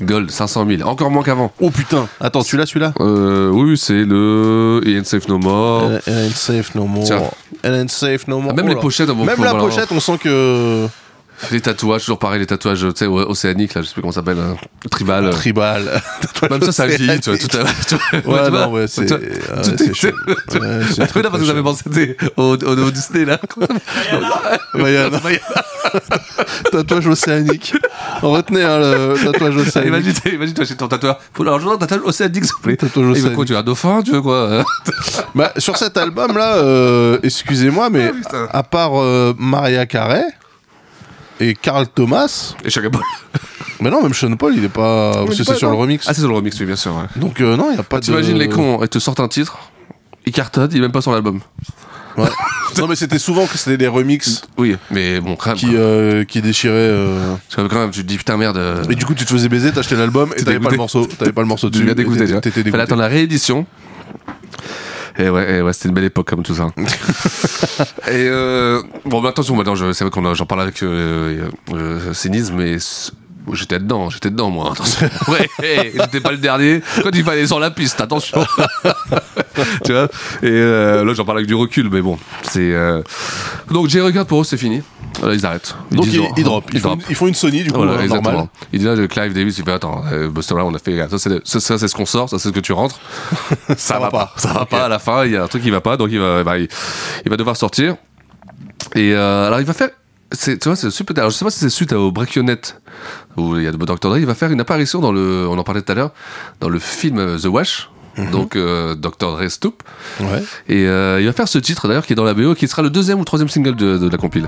Gold, 500 000. Encore moins qu'avant. Oh putain. Attends, tu l'as celui-là? Oui, c'est le Ain't Safe No More. Ain't Safe No More. Ain't Safe No More. Même les pochettes. Même la pochette, on sent que... Les tatouages, toujours pareil, les tatouages, tu sais, océaniques, là, je sais plus comment ça s'appelle, tribal. Même ça vieillit, tu vois, tout à l'heure. Ouais, non, ouais, c'est chaud. Là, parce que j'avais pensé au Disney, là. Mayana. Tatouage océanique. Retenez, le tatouage océanique. Imagine, toi, chez ton tatoueur. Alors, je veux un tatouage océanique, s'il vous plaît. Tatouage océanique. Il veut quoi, tu veux un dauphin, tu veux quoi? Bah, sur cet album-là, excusez-moi, mais à part Mariah Carey, et Carl Thomas. Et Chaka Paul. Mais non, même Sean Paul, il est pas. C'est sur le remix. Ah, c'est sur le remix, oui, bien sûr. Ouais. Donc, non, il n'y a pas de. T'imagines les cons, ils te sortent un titre, ils cartonnent, il est même pas sur l'album. Ouais. Non, mais c'était souvent que c'était des remixes. Oui, mais bon, quand même. Qui déchiraient. Quand même, tu te dis putain, merde. Et du coup, tu te faisais baiser, t'achetais l'album et t'avais pas le morceau. T'avais pas le morceau dessus. Tu viens d'écouter, tu vois. T'étais dégoûté. Fallait attendre la réédition. Et ouais, c'était une belle époque comme tout ça. Et bon, attention, maintenant, c'est vrai j'en parle avec cynisme, mais j'étais dedans, moi. Attention. Ouais, j'étais pas le dernier. Quand il fallait sur la piste, attention. Tu vois. Et là, j'en parle avec du recul, mais bon, c'est. Donc, J-Record pour eux, c'est fini. Là, ils arrêtent. Donc ils drop. Ils font une Sony, du coup, voilà, normal. Il dit là, Clive Davis, il fait attends, Busta Rhymes, on a fait ça, c'est ce qu'on sort, ça c'est ce que tu rentres. ça va pas. Ça va pas à la fin, il y a un truc qui va pas, donc il va devoir sortir. Et alors il va faire. Tu vois, c'est super. Alors, je sais pas si c'est suite au Breakionet où il y a Dr. Dre, il va faire une apparition dans on en parlait tout à l'heure, dans le film The Wash. Donc Dr. Dre Stoop. Ouais. Et il va faire ce titre d'ailleurs qui est dans la BO, qui sera le 2e ou 3e single de la compile.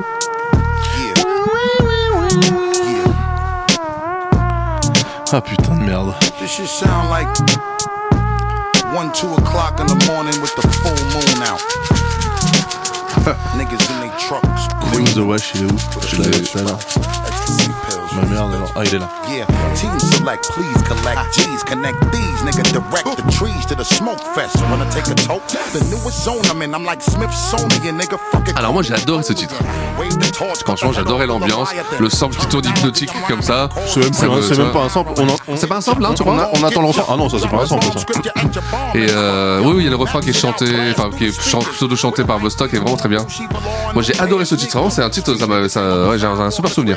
Ah putain de merde. This shit sound like 1-2 o'clock in the morning with the full moon out. Niggas in their trucks. The Wash, il est où? Je l'avais tout à l'heure. Ma merde alors. Ah, il est là. Yeah, team select, please collect G's, connect these, nigga, direct the trees to the smoke fest. Wanna take a toke? The newest zone I'm in, I'm like Smithsonian, nigga, fuck it. Alors moi j'ai adoré ce titre. Franchement j'adorais l'ambiance, le sample qui tourne hypnotique comme ça. C'est même pas un sample. C'est pas un sample là, tu crois? On attend l'enfant. Ah non, ça c'est pas un sample ça. Et oui, il y a le refrain qui est chanté, enfin qui est pseudo-chanté par Busta, qui est vraiment très bien. Moi j'ai adoré ce titre, vraiment c'est un titre, ouais, j'ai un super souvenir.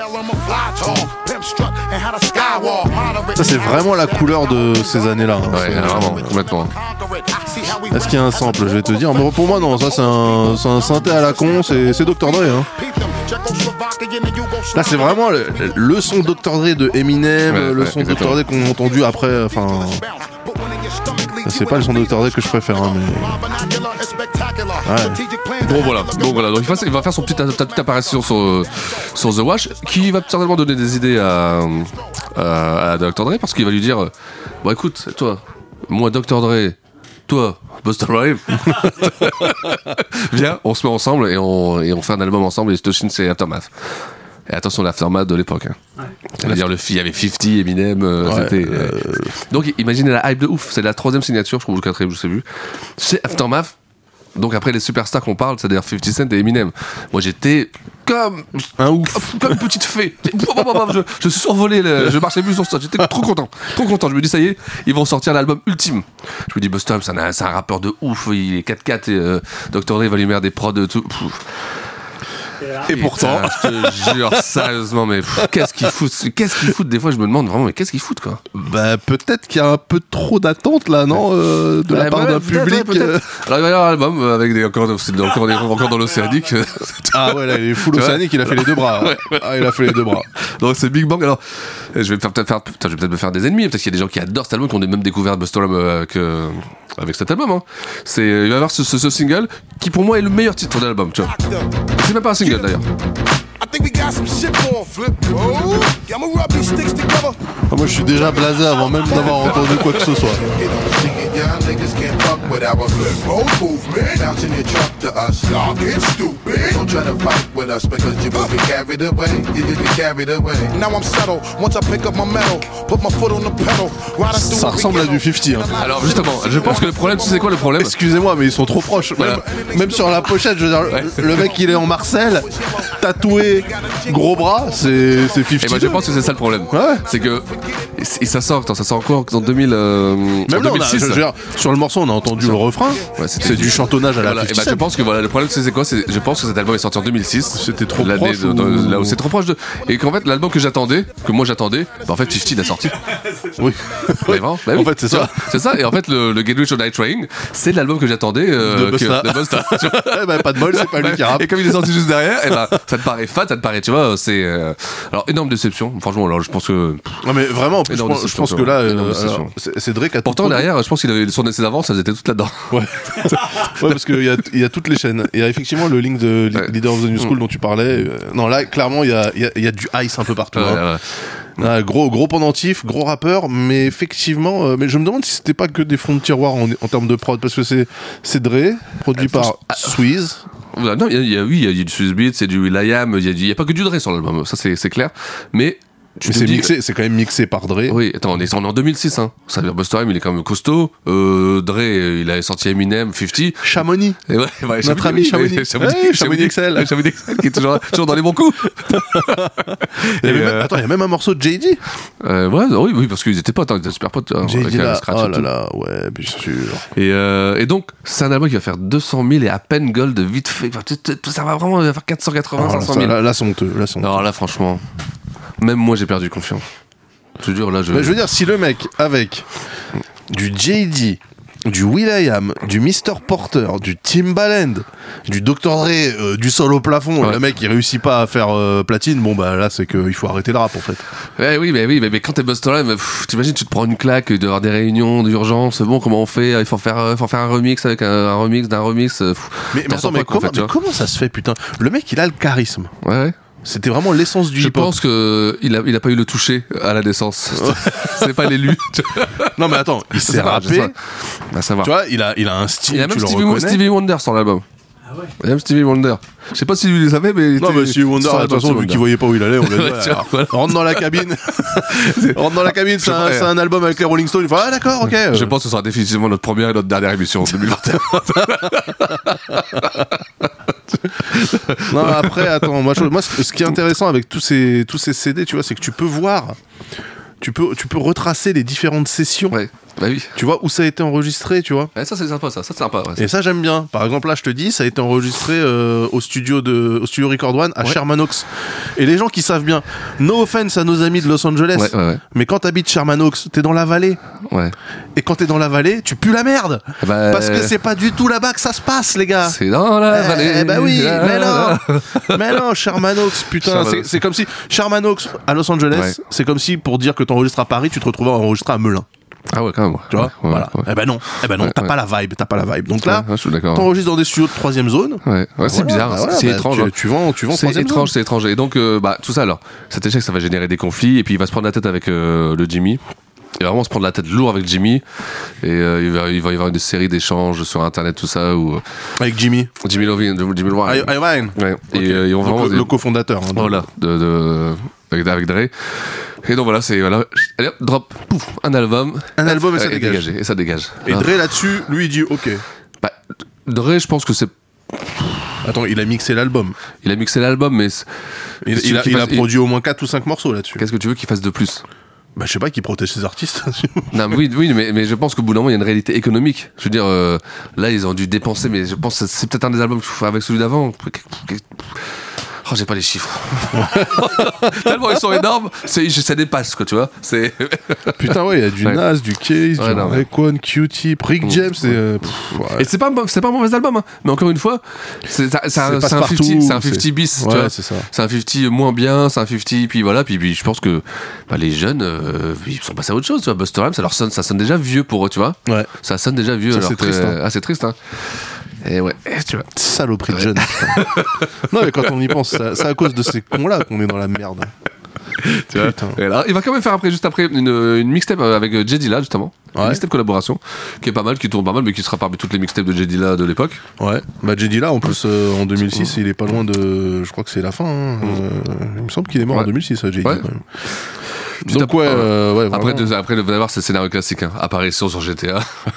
Ça c'est vraiment la couleur de ces années-là. Hein. Ouais, vraiment, complètement. Est-ce qu'il y a un sample? Je vais te dire. Mais pour moi non, ça c'est un synthé à la con, c'est Dr. Dre. Hein. Là c'est vraiment le son Dr. Dre de Eminem, le son Dr. Dre qu'on a entendu après. Enfin, c'est pas le son Dr. Dre que je préfère, hein, mais. Ouais. Bon voilà. Donc il va faire son petite apparition sur The Wash, qui va certainement donner des idées à Dr. Dre, parce qu'il va lui dire bon écoute, toi, moi Dr. Dre, toi Busta Rhymes, viens, on se met ensemble et on fait un album ensemble, et Stochin c'est Aftermath. Et attention, l'Aftermath de l'époque. Hein. C'est-à-dire il y avait 50, Eminem, c'était. Donc imaginez la hype de ouf. C'est la 3e signature, je crois, ou le 4e, je sais plus. C'est Aftermath. Donc après les superstars qu'on parle, c'est-à-dire 50 Cent et Eminem. Moi j'étais comme un ouf, comme une petite fée. Je survolais, je marchais plus sur ça. J'étais trop content. Je me dis ça y est, ils vont sortir l'album ultime. Je me dis Busta, c'est un rappeur de ouf. Il est 4-4 et Dr. Dre va lui mettre des prods de tout. Et pourtant, je te jure sérieusement, mais qu'est-ce qu'ils foutent des fois, je me demande vraiment, mais qu'est-ce qu'ils foutent quoi? Bah peut-être qu'il y a un peu trop d'attente là, non, de la part d'un public. Alors il va y avoir un album avec encore dans l'océanique. Ah ouais, là il est full océanique, il a fait les deux bras. Ah, il a fait les deux bras. Donc c'est Big Bang. Alors je vais peut-être me faire des ennemis, parce qu'il y a des gens qui adorent cet album, qui ont même découvert Busta Rhymes avec cet album. Hein. Il va y avoir ce single qui pour moi est le meilleur titre de l'album, tu vois. C'est même pas un single d'ailleurs. Moi je suis déjà blasé avant même d'avoir entendu quoi que ce soit. Ça ressemble à du 50. Hein. Alors justement, je pense que le problème, tu sais quoi le problème? Excusez-moi, mais ils sont trop proches. Même sur la pochette, je veux dire, le mec il est en Marcel, tatoué gros bras, c'est 50. Et moi je pense que c'est ça le problème. Ouais. C'est que et ça sort quoi en 2000 même en là, 2006. je veux dire, sur le morceau on a entendu le refrain. Ouais, c'est du chantonnage à la 50 et bah, je pense que voilà le problème c'est quoi, je pense que cet album est sorti en 2006. C'était trop l'année proche là où c'est trop proche de, et qu'en fait l'album que moi j'attendais, bah, en fait 50 l'a sorti. Oui. Mais vraiment, bah, oui. En fait c'est ça. C'est ça, et en fait le Get Rich or Die Trying, c'est l'album que j'attendais de Busta. Eh ben, pas de bol, c'est pas lui qui rappe. Et comme il est sorti juste derrière, et bah, ça te paraît fat, ça te paraît, tu vois, c'est alors énorme déception. Franchement, alors je pense que non mais vraiment, en plus, je pense que là, c'est Drake. Pourtant derrière, je pense qu'il avait ses avances, elles étaient toutes là-dedans. Ouais. Ouais, parce qu'il y a toutes les chaînes. Il y a effectivement le link de Leader of the New School dont tu parlais. Non, là, clairement, il y a du ice un peu partout. Ah, gros pendentif, gros rappeur, mais effectivement, mais je me demande si c'était pas que des fonds de tiroir en termes de prod, parce que c'est Dre, produit par Swizz. Non, il y a du Swizz Beatz, c'est du will.i.am, il y a pas que du Dre sur l'album, ça c'est clair, mais c'est quand même mixé par Dre. Oui, attends, on est en 2006, hein. Ça veut dire Busta Rhymes, il est quand même costaud. Dre, il a sorti Eminem, 50. Chamonix. Et ouais, notre ami Chamonix. Chamonix XL. Chamonix XL qui est toujours dans les bons coups. Il y a même un morceau de JD. Oui, parce qu'ils étaient potes, ils étaient super potes. JD là, oh là là, ouais, bien sûr. Et donc, c'est un album qui va faire 200 000 et à peine gold vite fait. Ça va vraiment faire 480, 500 000. Là, c'est honteux. Alors là, franchement. Même moi j'ai perdu confiance. Je veux dire, là, je veux dire, si le mec avec du JD, du will.i.am, du Mr. Porter, du Timbaland, du Dr. Dre, du sol au plafond, le mec il réussit pas à faire platine, bon bah là c'est qu'il faut arrêter le rap en fait. Mais quand t'es Busta Rhymes, t'imagines, tu te prends une claque, il doit y avoir des réunions d'urgence, bon comment on fait, il faut faire un remix avec un remix d'un remix. Mais comment ça se fait, putain? Le mec il a le charisme. Ouais. C'était vraiment l'essence du hip-hop. Je pense qu'il a pas eu le toucher à la naissance. C'est pas l'élu. Non mais attends, il s'est rappé. À savoir. Tu vois, il a un style. Il y a même Stevie Wonder sur l'album. Ah ouais. Il y a même Stevie Wonder. Je sais pas si lui le savait, mais non, mais Stevie Wonder, de toute façon, vu qu'il voyait pas où il allait, on l'a dit. Rentre dans la cabine. C'est un album avec les Rolling Stones. Ah d'accord, ok. Je pense que ce sera définitivement notre première et notre dernière émission en 2021. Non, après, attends, moi, ce qui est intéressant avec tous ces CD, tu vois, c'est que tu peux voir, tu peux retracer les différentes sessions. Ouais. Bah oui. Tu vois où ça a été enregistré, tu vois. Ouais, ça c'est sympa, ça c'est sympa. Ouais, et ça j'aime bien. Par exemple là, je te dis, ça a été enregistré au studio Record One à Sherman Oaks. Et les gens qui savent bien, no offense à nos amis de Los Angeles, mais quand t'habites Sherman Oaks, t'es dans la vallée. Ouais. Et quand t'es dans la vallée, tu pues la merde. Parce que c'est pas du tout là-bas que ça se passe, les gars. C'est dans la vallée. Bah oui, mais non, Sherman Oaks, putain, c'est comme si Sherman Oaks à Los Angeles, c'est comme si pour dire que t'enregistres à Paris, tu te retrouvais à enregistrer à Melun. Ah ouais, quand même. Tu vois, voilà. Eh ben non, t'as pas la vibe. Donc là, t'enregistres dans des studios de 3ème zone. Ouais, c'est bizarre, c'est étrange. Tu vends 3ème zone. C'est étrange. Et donc, tout ça, alors, cet échec, ça va générer des conflits, et puis il va se prendre la tête avec le Jimmy. Il va vraiment se prendre la tête lourd avec Jimmy, et il va y avoir une série d'échanges sur internet, tout ça, où avec Jimmy Lovin, Jimmy Lovin. Ouais. Et on va le cofondateur. Voilà, avec Dre. Et donc voilà, allez hop, drop, pouf, un album et ça dégage. Et ça dégage. Et Dre là-dessus, lui il dit ok. Bah, Dre, je pense que c'est. Attends, il a mixé l'album. Mais il a produit au moins 4 ou 5 morceaux là-dessus. Qu'est-ce que tu veux qu'il fasse de plus? Bah je sais pas, qu'il protège ses artistes. Non mais oui, mais je pense qu'au bout d'un moment il y a une réalité économique. Je veux dire, là ils ont dû dépenser, mais je pense que c'est peut-être un des albums avec celui d'avant. Oh, j'ai pas les chiffres. Tellement ils sont énormes, ça dépasse quoi, tu vois. Putain ouais, il y a du Nas, du Case, du Raekwon, Q-Tip, Rick James et c'est pas un mauvais album, hein. Mais encore une fois, c'est un 50 bis, tu vois. C'est ça. C'est un 50 moins bien, c'est un 50 puis voilà, puis je pense que les jeunes ils sont passés à autre chose, tu vois. Busta Rhymes, ça sonne déjà vieux pour eux, tu vois. Ouais. Ça sonne déjà vieux, alors c'est triste. C'est triste, hein. Et ouais, tu vois. Saloperie de jeunes. Non mais quand on y pense, c'est à cause de ces cons-là qu'on est dans la merde. Tu vois. Et là, il va quand même faire juste après une mixtape avec J Dilla justement. Une mixtape collaboration qui est pas mal, qui tourne pas mal, mais qui sera parmi toutes les mixtapes de J Dilla de l'époque. Ouais. Bah J Dilla en plus en 2006, il est pas loin de. Je crois que c'est la fin. Il me semble qu'il est mort en 2006, J Dilla. Donc ouais, après d'avoir ce scénario classique, hein. Apparition sur GTA.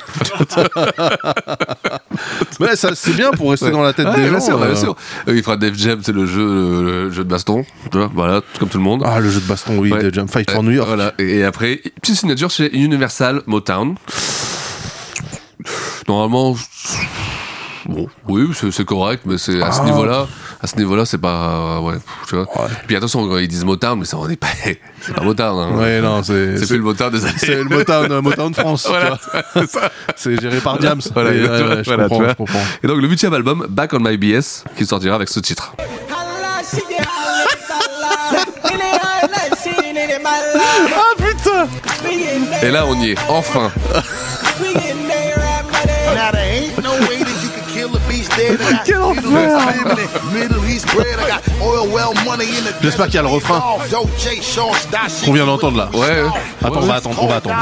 Mais ça c'est bien pour rester dans la tête des gens. Bien sûr. Il fera Def Jam, c'est le jeu de baston, tu vois, voilà, comme tout le monde. Ah, le jeu de baston, oui, Def Jam, Fight for New York. Voilà. Et après, petite signature chez Universal Motown. Normalement, bon, oui, c'est correct, mais c'est à ce niveau-là, c'est pas, tu vois. Puis attention, ils disent Motown, mais ça on est pas, c'est pas Motown. Hein. Ouais, non, c'est plus le Motown des années. C'est le Motown France. Voilà, tu vois. C'est géré par Diams. Voilà, je comprends. Et donc le 8e album, Back on My BS, qui sortira avec ce titre. Ah putain! Et là, on y est, enfin. Quel enfer! J'espère qu'il y a le refrain qu'on vient d'entendre là. Ouais. Attends, on va attendre.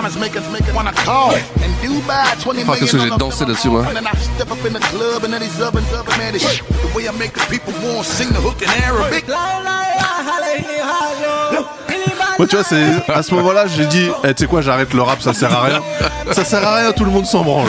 Ah, qu'est-ce que j'ai dansé là-dessus, moi. Moi, tu vois, c'est à ce moment-là, j'ai dit, tu sais quoi, j'arrête le rap, ça sert à rien. Ça sert à rien, tout le monde s'en branle.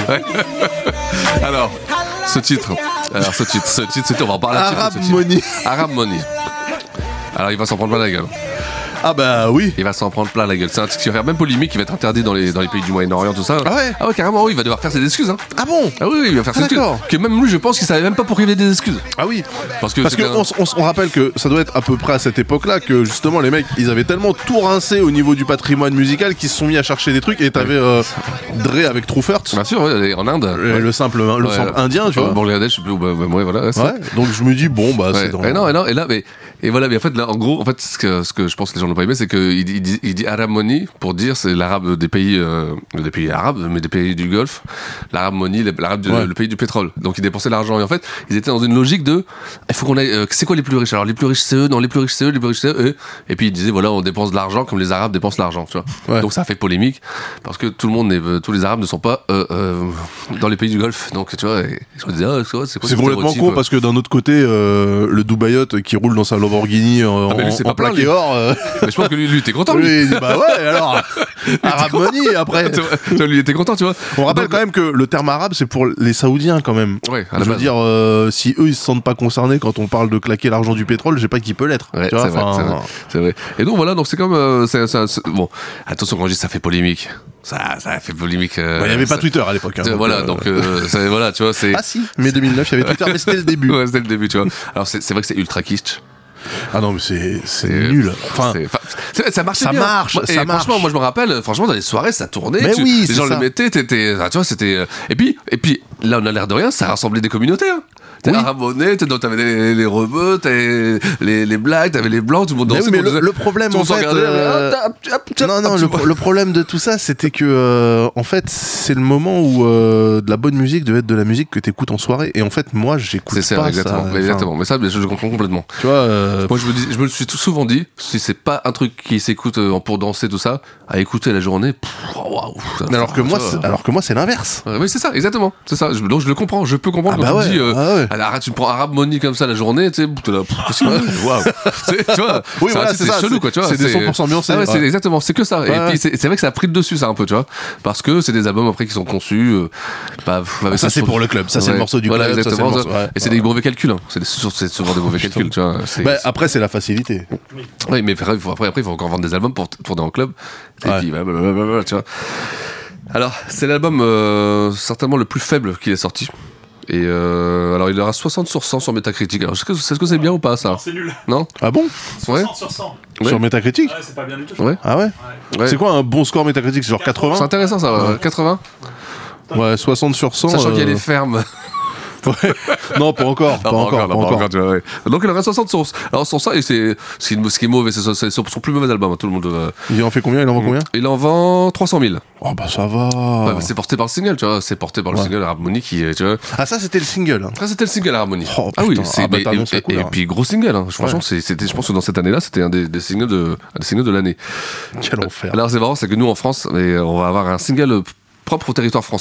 Alors, ce titre, c'était, on va en parler. Arab Money. Alors, il va s'en prendre plein la gueule. Ah bah oui. Il va s'en prendre plein la gueule. C'est un titre qui va faire même polémique, qui va être interdit dans les pays du Moyen-Orient, tout ça. Ah ouais, carrément, oui, il va devoir faire ses excuses. Hein. Ah bon? Ah oui, il va faire ses excuses. Que même lui, je pense qu'il savait même pas pourquoi il y avait des excuses. Ah oui. Parce que on rappelle que ça doit être à peu près à cette époque-là que justement les mecs, ils avaient tellement tout rincé au niveau du patrimoine musical qu'ils se sont mis à chercher des trucs. Et t'avais Dre avec True Hurts. Bien sûr, en Inde. Le simple indien, tu vois. Bangladesh, voilà. Donc je me dis bon bah c'est dans. Et là, et voilà, mais en fait là, en gros, en fait, ce que je pense que les gens n'ont pas aimé, c'est qu'il dit Arab Money pour dire c'est l'arabe des pays arabes, mais des pays du Golfe. L'Arab Money, le pays du pétrole. Donc ils dépensaient l'argent et en fait ils étaient dans une logique de il faut qu'on aille. C'est quoi les plus riches? Alors les plus riches c'est eux, non les plus riches c'est eux, les plus riches c'est eux. Et puis ils disaient voilà on dépense de l'argent comme les Arabes dépensent l'argent, tu vois. Donc ça a fait polémique parce que tous les Arabes ne sont pas dans les pays du Golfe. Donc tu vois, je me disais c'est quoi? C'est complètement con parce que d'un autre côté le Dubaïote qui roule dans sa Lamborghini en plaqué or. Mais je pense que lui était content. Lui, il dit bah ouais alors Arab Money après. Lui était content, tu vois. On rappelle quand même que le terme arabe c'est pour les Saoudiens quand même. Ouais, je veux dire si eux ils se sentent pas concernés quand on parle de claquer l'argent du pétrole, je sais pas qui peut l'être. Ouais, c'est vrai. Et donc voilà, donc c'est comme bon, attention quand je dis ça fait polémique. Ça a fait polémique. Il y avait pas Twitter à l'époque. Voilà, donc voilà, tu vois, c'est. Ah si, mais 2009 il y avait Twitter, mais c'était le début. Ouais, c'était le début, tu vois. Alors c'est vrai que c'est ultra kitsch. Ah non mais c'est nul. Enfin, ça marche. Franchement, moi je me rappelle, franchement dans les soirées ça tournait. Les gens le mettaient, tu vois, c'était. Et puis là on a l'air de rien, ça rassemblait des communautés. Hein. T'es Arab Money, donc t'avais les rebeux, t'avais les blacks, t'avais les blancs, tout le monde dansait. Mais le problème en fait, le problème de tout ça, c'était que en fait, c'est le moment où de la bonne musique devait être de la musique que t'écoutes en soirée. Et en fait, moi, j'écoute pas exactement, ça. Exactement. Mais ça, je comprends complètement. Tu vois, moi, je me le suis souvent dit, si c'est pas un truc qui s'écoute pour danser tout ça, à écouter la journée. Waouh. Alors que moi, c'est l'inverse. Oui, c'est ça, exactement. C'est ça. Donc je le comprends. Je peux comprendre quand tu dis. Arrête, tu prends Arab Money comme ça la journée, tu sais, t'es là, waouh. Tu vois, oui, voilà, c'est chelou, quoi, tu vois. C'est des 100% ambiancés. Ah ouais, c'est exactement, c'est que ça. Et puis, c'est vrai que ça a pris le dessus, ça, un peu, tu vois. Parce que c'est des albums après qui sont conçus, ça, c'est pour le club. Ça, c'est le morceau du club. Voilà, exactement. Et c'est des mauvais calculs, hein. C'est souvent des mauvais calculs, tu vois. Après, c'est la facilité. Oui, mais après, il faut encore vendre des albums pour tourner en club. Et puis, tu vois. Alors, c'est l'album certainement le plus faible qu'il est sorti. Et alors il aura 60 sur 100 sur Metacritic. Alors est-ce que c'est bien ou pas ça? Non, c'est nul. Non? Ah bon? 60 sur 100. Ouais. Sur Metacritic? Ouais, c'est pas bien du tout. Ouais. Ah ouais? C'est quoi un bon score Metacritic? C'est genre 80? C'est intéressant ça, 80? Ouais, 60 sur 100. Sachant qu'il y a les fermes. Ouais. Non, pas encore. Pas encore. Tu vois, ouais. Donc il en reste 60 sur. Alors sur ça, et ce qui est mauvais, c'est son plus mauvais album. Hein, tout le monde. Il en fait combien? Il en vend combien? Il en vend 300 000. Oh bah ça va. Ouais, bah, c'est porté par le single, tu vois. C'est porté par le single Arab Money qui est, tu vois. Ah ça c'était le single. Ça c'était le single Arab Money. Oh, ah oui. Et puis gros single. Hein. Franchement, c'était, je pense que dans cette année-là, c'était un des singles de l'année. Quel enfer. Alors c'est marrant, c'est que nous en France, on va avoir un single propre au territoire français.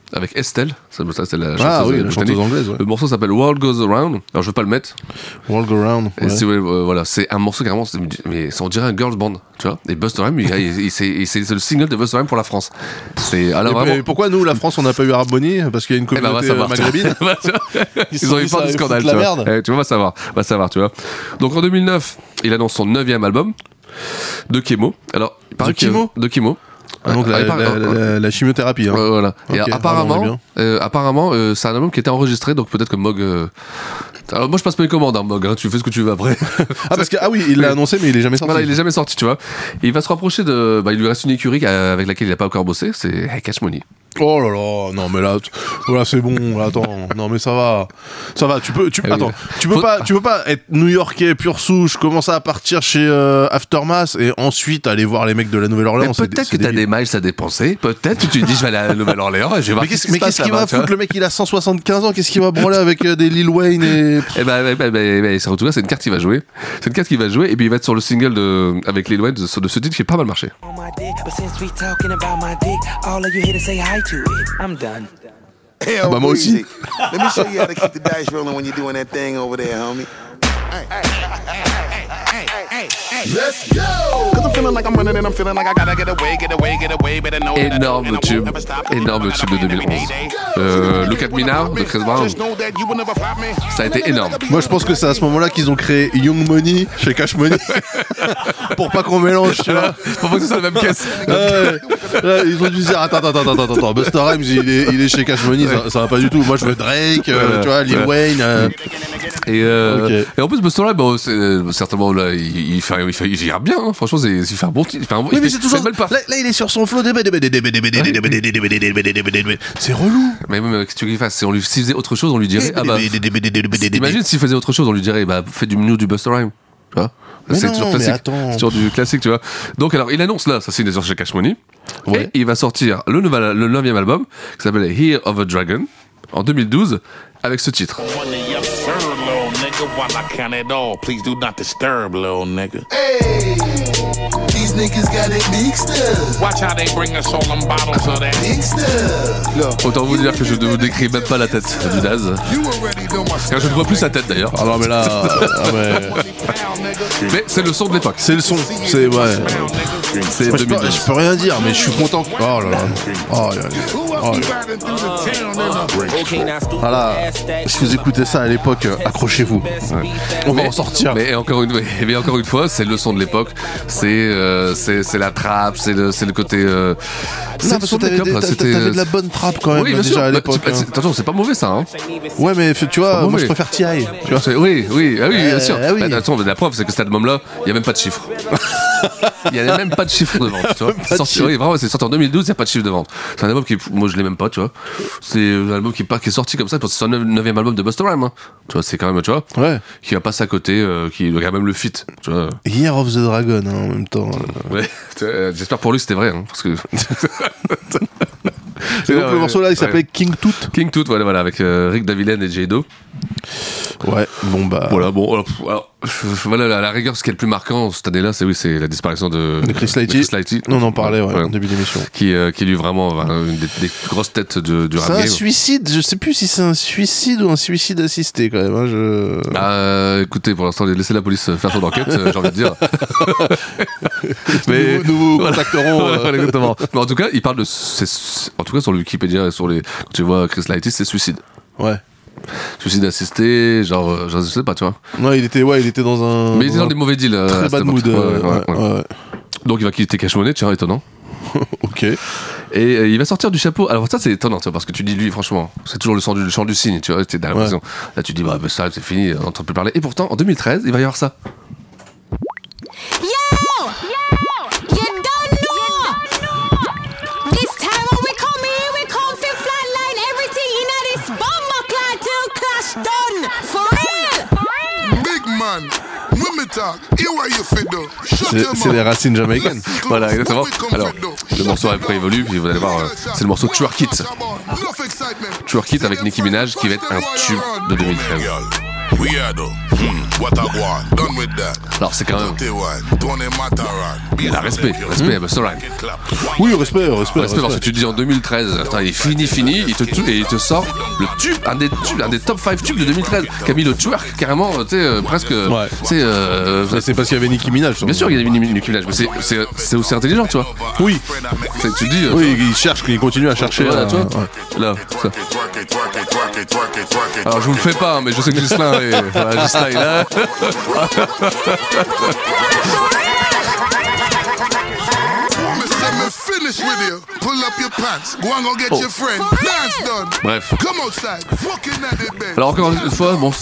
avec Estelle. Ça, c'est la chanteuse anglaise. Ouais. Le morceau s'appelle World Goes Around. Alors je vais pas le mettre. World Goes Around. Ouais. Voilà, c'est un morceau carrément, mais ça on dirait un girls band, tu vois. Et Busta Rhymes, c'est le single de Busta Rhymes pour la France. C'est alors vraiment. Mais pourquoi nous, la France, on n'a pas eu Harmony parce qu'il y a une communauté maghrébine. Ils ont eu peur du scandale. La merde. Tu vois, va savoir, tu vois. Donc en 2009, il annonce son 9e album de Kémo. Alors, il paraît de Kémo. Ah, donc la chimiothérapie. Hein. Voilà. Okay, et apparemment, c'est un album qui était enregistré, donc peut-être que Mog. Alors moi je passe pas les commandes, hein, Mog. Hein, tu fais ce que tu veux après. Il l'a annoncé, mais il est jamais sorti. Voilà, il est jamais sorti, tu vois. Et il va se rapprocher de. Il lui reste une écurie avec laquelle il a pas encore bossé. C'est Cash Money. Oh là là, non mais là, voilà c'est bon. Attends, non mais ça va. Tu peux pas être New-Yorkais pure souche, commencer à partir chez Aftermath et ensuite aller voir les mecs de la Nouvelle-Orléans. Peut-être que t'as des miles à dépenser. Peut-être que tu dis je vais aller à la Nouvelle-Orléans et je vais voir. Mais qu'est-ce qu'il va foutre, le mec? Il a 175 ans. Qu'est-ce qu'il va branler avec des Lil Wayne et. En tout cas, c'est une carte qu'il va jouer. Et puis il va être sur le single avec Lil Wayne de ce titre qui est pas mal marché. I'm done. Hell, moi aussi. Let me show you how to keep the dice rolling when you're doing that thing over there, homie. Let's go! Cause I'm feeling like I'm running and I'm feeling like I gotta get away, better know that Énorme tube de 2011. Look at Me Now de Chris Brown. Ça a été énorme. Moi je pense que c'est à ce moment-là qu'ils ont créé Young Money chez Cash Money. Pour pas qu'on mélange, tu vois. Pour pas que ce soit la même caisse. Là, ils ont dû dire attends, Busta Rhymes il est chez Cash Money, ça va pas du tout. Moi je veux Drake, tu vois, Lil Wayne. Et en plus Busta Rhymes, bon, certainement là, il gère bien. Hein. Franchement, il fait un bon titre. Oui, mais c'est toujours. Là, il est sur son flow. C'est relou. Mais même qu'est-ce que tu veux qu'il fasse? S'il faisait autre chose, on lui dirait imagine s'il faisait autre chose, on lui dirait fais du Busta Rhymes. Tu vois? C'est toujours classique. C'est toujours du classique, tu vois. Donc alors, il annonce là, ça c'est une des chez Cash Money. Ouais. Et il va sortir le 9e album qui s'appelle Year of a Dragon en 2012 avec ce titre. While I count it all, please do not disturb, little nigga. Hey, these niggas got it mixed up. Watch how they bring us all them bottles of that mixed up. Autant vous dire que je ne vous décris même pas la tête du Daz. Car je ne vois plus sa tête d'ailleurs. Alors mais là, mais c'est le son de l'époque. C'est le son. C'est ouais. C'est je peux rien dire, mais je suis content. Oh là là. Oh là là. Voilà. Si vous écoutez ça à l'époque, accrochez-vous. Ouais. On va en sortir. Mais encore une fois, c'est le son de l'époque. C'est la trappe, c'est le côté. T'avais de la bonne trappe quand même. Oui, bien déjà sûr. à l'époque. Attention, c'est pas mauvais ça. Hein. Ouais, mais tu vois, moi je préfère T.I. Tu vois, oui, bien sûr. Oui. Attends, la preuve, c'est que cet album-là, il y a même pas de chiffres. Il y a même pas de chiffres de vente, tu vois. Oui, vraiment, c'est sorti en 2012, il y a pas de chiffres de vente. C'est un album qui, moi, je l'ai même pas, tu vois. C'est un album qui est sorti comme ça, parce que c'est un 9e album de Busta Rhymes. Hein. Tu vois, c'est quand même, tu vois, qui va passer à côté, qui a même le feat, tu vois. Year of the Dragon, hein, en même temps. Ouais. J'espère pour lui c'était vrai, hein, parce que. Et donc le morceau là il s'appelait King Tut. King Tut, voilà, avec Rick Davilen et J-Do. Ouais, bon bah. Voilà, bon, alors, voilà, la rigueur, ce qui est le plus marquant cette année-là, c'est la disparition de Chris Lighty. On en parlait en début d'émission. Qui lui vraiment une des grosses têtes du rap game. C'est un suicide, je sais plus si c'est un suicide ou un suicide assisté quand même. Hein, écoutez, pour l'instant, laissez la police faire son enquête, j'ai envie de dire. Mais nous vous contacterons. Exactement. Mais en tout cas, il parle en tout cas sur le Wikipédia et quand tu vois Chris Lighty, c'est suicide. Ouais. Suicide assisté, genre, je sais pas, tu vois. Non, il était dans un. Mais il était dans des mauvais deals. Très bad mood. Ouais. Donc il va quitter Cash Money, tiens, étonnant. Ok. Et il va sortir du chapeau. Alors ça c'est étonnant, tu vois, parce que tu dis lui, franchement, c'est toujours le chant du cygne, tu vois, t'es dans l'impression. Là tu dis, bah ça c'est fini, on n'entend plus parler. Et pourtant, en 2013, il va y avoir ça. C'est les racines jamaïcaines. Voilà, exactement. Alors, le morceau après évolue, puis vous allez voir, c'est le morceau Twerk It. Twerk It avec Nicki Minaj qui va être un tube de 2013. Alors c'est quand même... Il y a respect à Busta Rhymes. Oui, respect. Parce que tu te dis en 2013, attends, il est fini, il te sort le tube, un des top 5 tubes de 2013, qui a mis le twerk carrément, tu sais, presque. Ouais. C'est parce qu'il y avait Nicki Minaj. Bien sûr, il y avait Nicki Minaj, mais c'est aussi intelligent, tu vois. Oui. Tu te dis. Oui, il continue à chercher. Voilà, tu vois. Là, ça. Alors je vous le fais pas, mais je sais que Gislain est là. Finish with you. Pull up your pants. Go and go get your friend. Dance done. Bref. Come outside. Fucking at it, man. Alors encore une fois, bon,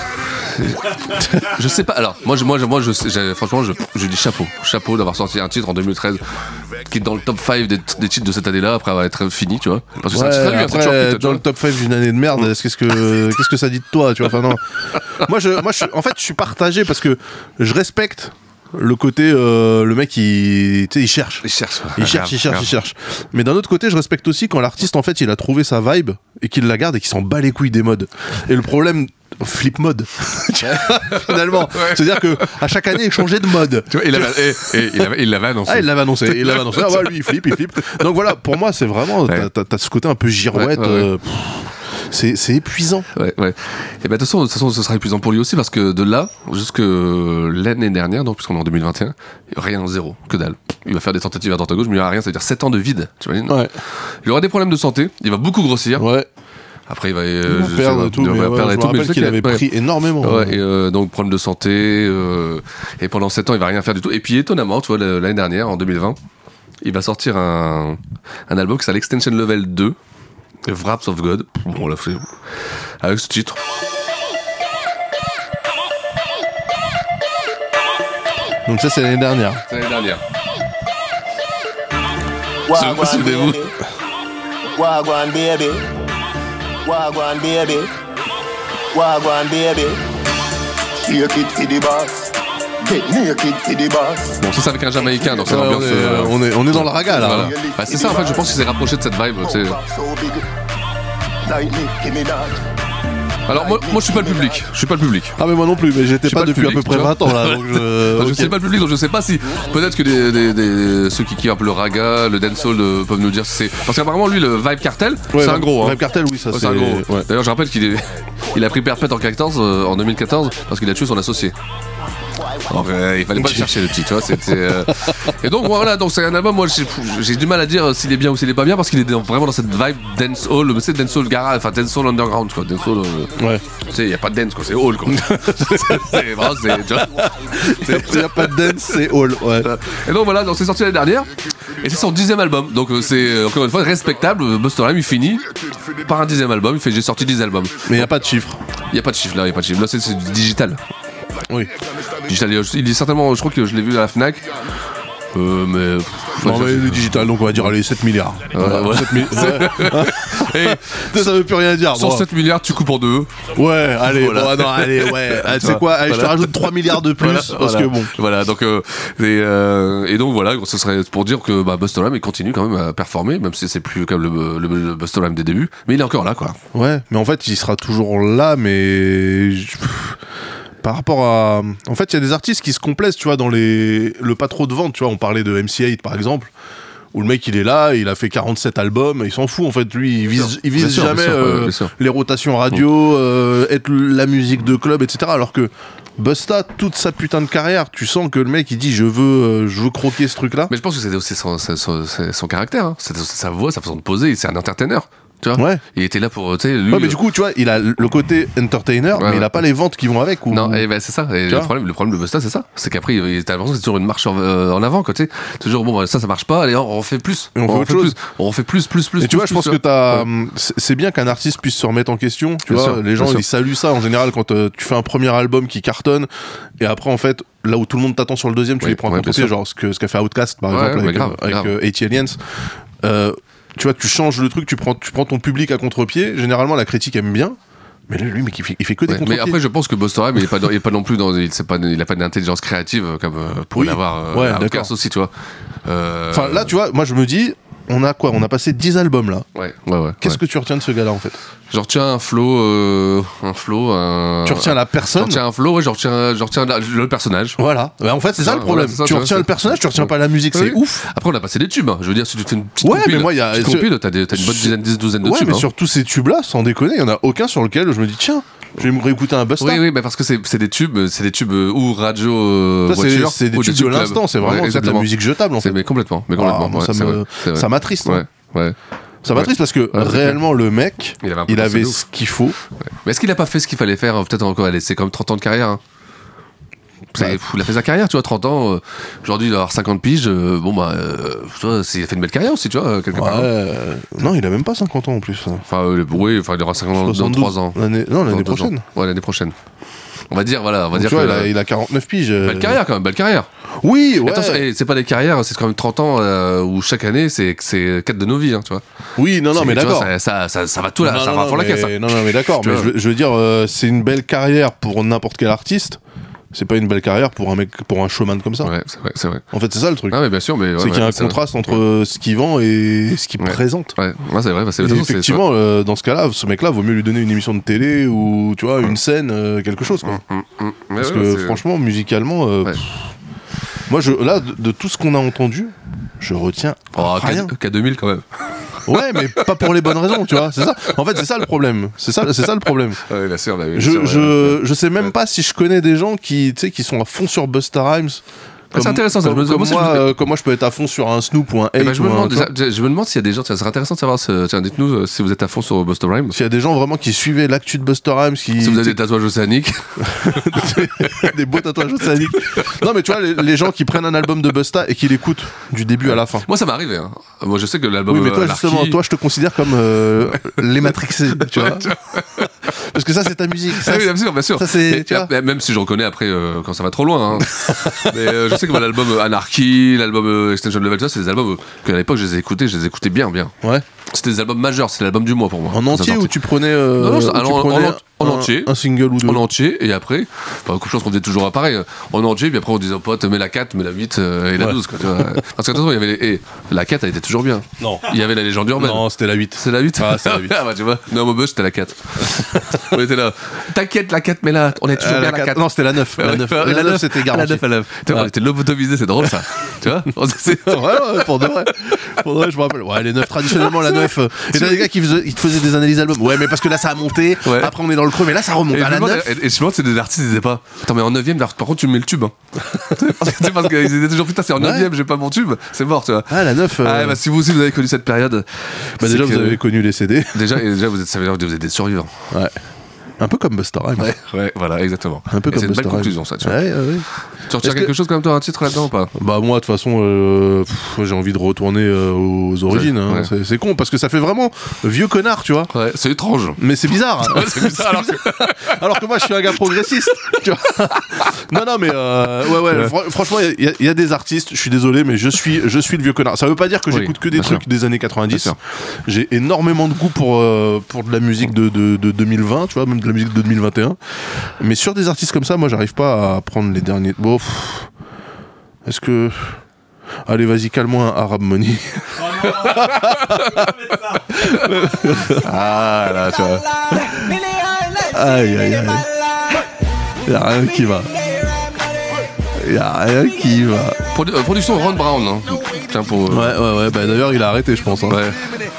je sais pas. Alors moi, franchement, je dis chapeau d'avoir sorti un titre en 2013 qui est dans le top 5 des titres de cette année-là après avoir été fini, tu vois. Parce que c'est un titre après, dans le top 5 d'une année de merde, qu'est-ce que ça dit de toi, tu vois. Enfin non. Moi, je suis partagé parce que je respecte le côté le mec il cherche. Il cherche. Mais d'un autre côté, je respecte aussi quand l'artiste en fait il a trouvé sa vibe et qu'il la garde et qu'il s'en bat les couilles des modes. Et le problème flip mode finalement, c'est-à-dire que à chaque année il changeait de mode. Tu vois, il l'avait annoncé. Il l'avait annoncé. Ah ouais, lui il flippe. Donc voilà, pour moi c'est vraiment t'as ce côté un peu girouette. C'est épuisant. Ouais. Et ben de toute façon, ce sera épuisant pour lui aussi parce que de là jusque l'année dernière, donc puisqu'on est en 2021, rien, zéro, que dalle. Il va faire des tentatives à droite à gauche, mais il n'y aura rien, c'est-à-dire 7 ans de vide. Tu imagines ? Ouais. Il aura des problèmes de santé, il va beaucoup grossir. Ouais. Après, il va perdre tout, mais je me rappelle qu'il avait pris énormément. Ouais, et donc problème de santé. Et pendant 7 ans, il va rien faire du tout. Et puis étonnamment, tu vois, l'année dernière, en 2020, il va sortir un album qui s'appelle Extension Level 2. Wraps of God, bon là c'est avec ce titre. Donc ça c'est l'année dernière. Souvenez-vous. Wagwan baby. Shake it for the boss. Bon, ça c'est avec un Jamaïcain, donc c'est l'ambiance. On est dans le raga là. Voilà. Bah, c'est ça en fait, je pense qu'il s'est rapproché de cette vibe. Alors moi je suis pas le public. Ah mais moi non plus, mais j'étais pas depuis à peu près 20 ans là. Donc je sais pas le public, donc je sais pas si peut-être que ceux qui kiffent un peu le raga, le dancehall peuvent nous dire si c'est parce qu'apparemment lui le Vibe Cartel, c'est un gros. Vibe Cartel, oui, ça c'est un gros. Ouais. D'ailleurs je rappelle qu'il a pris perpète en 2014 parce qu'il a tué son associé. Alors, il fallait pas le chercher le petit, tu vois. Et donc voilà, donc c'est un album. Moi, j'ai du mal à dire s'il est bien ou s'il est pas bien parce qu'il est vraiment dans cette vibe dancehall, mais c'est dancehall garage, enfin dancehall underground, quoi. Dancehall. Ouais. Tu sais, y a pas de dance, quoi. C'est hall, quoi. C'est vraiment, tu vois. Y a pas de dance, c'est hall. Ouais. Et donc voilà, donc c'est sorti l'année dernière. Et c'est son 10e album. Donc c'est encore une fois respectable. Busta Rhymes, il finit par un 10e album. Il fait j'ai sorti 10 albums. Mais y a pas de chiffres. Y a pas de chiffres là. Là, c'est du digital. Oui. Digital, il est certainement, je crois que je l'ai vu à la Fnac. Mais. Non, mais le digital, donc on va dire allez, 7 milliards. Ouais. 7 ça veut plus rien dire. 107 milliards, tu coupes en deux. Ouais, allez, voilà. Bon, non, allez, ouais. Tu sais quoi, allez, je te rajoute 3 milliards de plus. Parce que bon. Voilà, donc, et donc voilà, ce serait pour dire que Busta Rhymes, il continue quand même à performer, même si c'est plus comme le Busta Rhymes des débuts. Mais il est encore là, quoi. Ouais, mais en fait, il sera toujours là, mais. Par rapport à... En fait, il y a des artistes qui se complaisent, tu vois, dans le pas trop de ventes, tu vois. On parlait de MC8, par exemple, où le mec, il est là, il a fait 47 albums, il s'en fout, en fait. Lui, il vise jamais les rotations radio, être la musique de club, etc. Alors que Busta, toute sa putain de carrière, tu sens que le mec, il dit, je veux croquer ce truc-là. Mais je pense que c'est aussi son caractère, hein. C'est sa voix, sa façon de poser, c'est un entertainer. Tu vois, ouais. Il était là pour, tu sais, lui. Ouais, mais du coup, tu vois, il a le côté entertainer, mais il a pas les ventes qui vont avec. Ou... Non, et ben c'est ça. Et le problème de Busta, c'est ça. C'est qu'après, t'as l'impression que c'est toujours une marche en avant, quoi. Tu sais, toujours bon, ça marche pas. Allez, on refait plus. Et on fait autre chose. On refait plus. Et tu vois, je pense que c'est bien qu'un artiste puisse se remettre en question. Tu vois, les gens ils saluent ça en général quand tu fais un premier album qui cartonne, et après en fait. Là où tout le monde t'attend sur le deuxième, tu les prends à contre-pied, genre ce qu'a fait Outkast par exemple avec 80 Aliens. Tu vois, tu changes le truc, tu prends ton public à contre-pied. Généralement, la critique aime bien. Mais lui, mec, il fait que des contre-pieds. Mais après, je pense que Busta Rhymes, il est pas non plus il a pas d'intelligence créative comme pour l'avoir. Outkast aussi, tu vois. Enfin, là, tu vois, moi, je me dis, on a quoi ? On a passé 10 albums là. Ouais. Qu'est-ce que tu retiens de ce gars-là en fait ? Je retiens un flow. Tu retiens la personne ? Je retiens un flow, je retiens le personnage. Voilà. Bah, en fait, c'est ça le problème. Tu retiens le personnage, tu retiens pas la musique, c'est ouf. Après, on a passé des tubes. Je veux dire, si tu fais une petite compile, mais moi, il y a t'as une bonne douzaine de tubes. Ouais, mais sur tous ces tubes-là, sans déconner, il y en a aucun sur lequel je me dis tiens. Je vais me réécouter un Busta. Oui, mais parce que c'est des tubes ou radio voiture. C'est des tubes de l'instant, c'est vraiment de la musique jetable en fait. Mais complètement. Ça m'attriste. Ouais. Ça m'attriste parce que réellement le mec, il avait ce qu'il faut. Mais est-ce qu'il a pas fait ce qu'il fallait faire peut-être encore? Allez, c'est comme 30 ans de carrière. Il a fait sa carrière, tu vois, 30 ans. Aujourd'hui, il doit avoir 50 piges. Tu vois, il a fait une belle carrière aussi, tu vois, quelque part. Non, il a même pas 50 ans en plus. Enfin, oui, il aura 50 ans dans 3 ans. L'année prochaine. Ouais, l'année prochaine. On va dire que il a 49 piges. Belle carrière quand même, belle carrière. Oui, ouais. Attention, c'est pas des carrières, c'est quand même 30 ans où chaque année c'est quête de nos vies, hein, tu vois. Oui, non, mais d'accord. Ça va tout là, ça va fond la caisse. Non, mais d'accord, mais je veux dire, c'est une belle carrière pour n'importe quel artiste. C'est pas une belle carrière pour un showman comme ça. Ouais, c'est vrai. En fait, c'est ça le truc. Ah, mais bien sûr, mais c'est qu'il y a un contraste entre ce qu'il vend et ce qu'il présente. Ouais, c'est vrai. Effectivement, dans ce cas-là, ce mec-là, vaut mieux lui donner une émission de télé ou, tu vois, une scène, quelque chose, quoi. Parce que, franchement, musicalement, moi, là, de tout ce qu'on a entendu, je retiens rien. K2000 quand même. Ouais, mais pas pour les bonnes raisons, tu vois. C'est ça. En fait, c'est ça le problème. C'est ça le problème. Ouais, bien sûr. Je sais même pas si je connais des gens qui sont à fond sur Busta Rhymes. C'est intéressant ça. Comme moi, je peux être à fond sur un Snoop ou un Ape. Je me demande s'il y a des gens. Ça serait intéressant de savoir. Tiens, dites-nous si vous êtes à fond sur Busta Rhymes. S'il y a des gens vraiment qui suivaient l'actu de Busta Rhymes, si vous avez des tatouages océaniques, des beaux tatouages océaniques. Non, mais tu vois, les gens qui prennent un album de Busta et qui l'écoutent du début à la fin. Moi, ça m'est arrivé. Hein. Moi, je sais que l'album. Oui, mais toi, justement, je te considère comme les Matrixés, tu vois. Parce que ça, c'est ta musique. Ça, oui, bien sûr. Ça, c'est, même si je reconnais après quand ça va trop loin. Hein. Mais je sais que l'album Anarchy, l'album Extension Level, ça, c'est des albums qu'à l'époque je les écoutais bien. Ouais. C'était des albums majeurs, c'est l'album du mois pour moi. En entier ou tu prenais en entier, un single ou deux. En entier, et après, beaucoup de choses qu'on faisait toujours pareil, en entier, puis après on disait aux potes, mets la 4, mets la 8 et la 12, quoi, tu vois. Parce qu'attention, il y avait la 4, elle était toujours bien. Non. Il y avait la légende urbaine. Non, c'était la 8. C'est la 8. Ah, c'est la 8. Ah, bah, tu vois. Non, Mobus, c'était la 4. On était là. T'inquiète, la 4, mais là, on est toujours bien la 4. Non, c'était la 9. La 9, c'était garanti. La 9. On était lobotomisés, c'est drôle ça. Tu vois. Ouais, pour de vrai. Je me rappelle. Ouais, les 9, traditionnellement, la 9. Et là, les gars qui faisaient des analyses d'albums. Ouais, mais parce que là, ça a monté. Après, on est dans le creux, mais là, ça remonte à la 9. Et je pense que c'est des artistes, ils disaient pas. Attends, mais en 9ème, par contre, tu me mets le tube. C'est parce qu'ils étaient toujours, putain, c'est en 9ème, j'ai pas mon tube. C'est mort, tu vois. Ah, la 9. Ah, bah, si vous aussi, vous avez connu cette période. Bah, déjà, vous avez connu les CD. Déjà, ça veut dire que vous êtes des survivants. Ouais. Un peu comme Busta Rhymes. Ouais, voilà, exactement. Un peu comme c'est une Busta belle Rhymes. conclusion, ça, tu vois. Ouais. Tu retiens quelque chose comme toi, un titre là-dedans ou pas? Bah, moi, de toute façon, j'ai envie de retourner aux origines. Hein. Ouais. C'est con, parce que ça fait vraiment vieux connard, tu vois. Ouais, c'est étrange. Mais c'est bizarre. Ouais, c'est bizarre, alors que moi, je suis un gars progressiste, tu vois. Non, mais franchement, il y a des artistes, je suis désolé, mais je suis le vieux connard. Ça veut pas dire que j'écoute que des trucs des années 90. J'ai énormément de goût pour de la musique de 2020, tu vois, même de la musique de 2021. Mais sur des artistes comme ça, moi, j'arrive pas à prendre les derniers. Bon, est-ce que. Allez, vas-y, calme-moi un Arab Money. Ah, là, tu vois. Aïe. Y'a rien qui va. Production Ron Brown, hein. Tiens, pour. Ouais, bah d'ailleurs, il a arrêté, je pense. Hein. Ouais.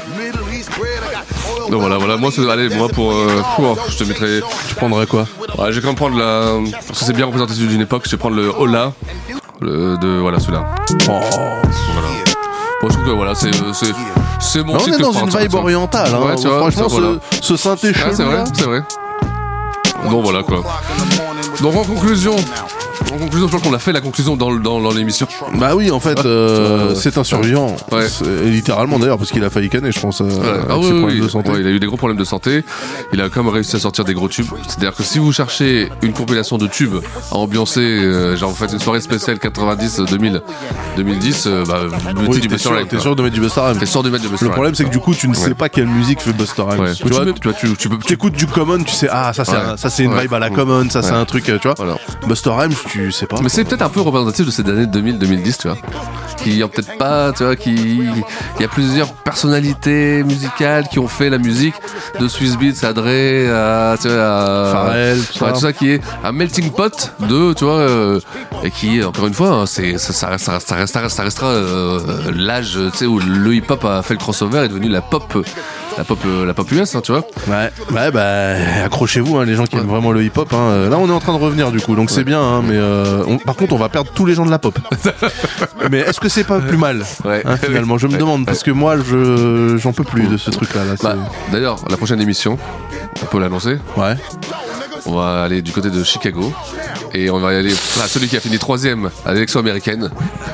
Donc voilà, moi pour je te mettrais. Tu prendrais quoi? Ouais, je vais quand même prendre parce que c'est bien représentatif d'une époque, je vais prendre le Hola celui-là. Voilà. Bon, je trouve que voilà, c'est mon titre. On est dans une vibe orientale, hein. Ouais, franchement, ce synthé chelou. C'est vrai. Donc voilà quoi. Donc en conclusion, je crois qu'on a fait la conclusion dans l'émission. Bah oui, en fait, c'est un survivant. Ouais. Littéralement d'ailleurs, parce qu'il a failli canner, je pense. Avec ses problèmes de santé. Ouais, il a eu des gros problèmes de santé. Il a quand même réussi à sortir des gros tubes. C'est-à-dire que si vous cherchez une compilation de tubes à ambiancer, genre vous faites une soirée spéciale 90, 2000, 2010, vous mettez du Busta Rhymes. T'es sûr de mettre du Busta Rhymes. Le problème, c'est que du coup, tu ne sais pas quelle musique fait Busta Rhymes. Ouais. Tu écoutes du Common, tu sais, ça c'est une vibe à la Common, ça c'est un truc, tu vois. Busta Rhymes, tu sais pas. Mais c'est peut-être un peu représentatif de ces années 2000-2010, tu vois. qui ont peut-être pas, tu vois, il y a plusieurs personnalités musicales qui ont fait la musique de Swizz Beatz à Dre, à Pharrell, tout ça qui est un melting pot de, tu vois, et qui, encore une fois, hein, ça restera l'âge, tu sais, où le hip-hop a fait le crossover, est devenu la pop US, hein, tu vois. Ouais, bah accrochez-vous, hein, les gens qui aiment vraiment le hip-hop. Hein. Là, on est en train de revenir du coup, donc c'est bien. Hein, mais par contre, on va perdre tous les gens de la pop. Mais est-ce que c'est pas plus mal finalement, je me demande, parce que moi, j'en peux plus de ce truc-là. Là, d'ailleurs, la prochaine émission, on peut l'annoncer. Ouais. On va aller du côté de Chicago et on va aller à celui qui a fini 3ème à l'élection américaine.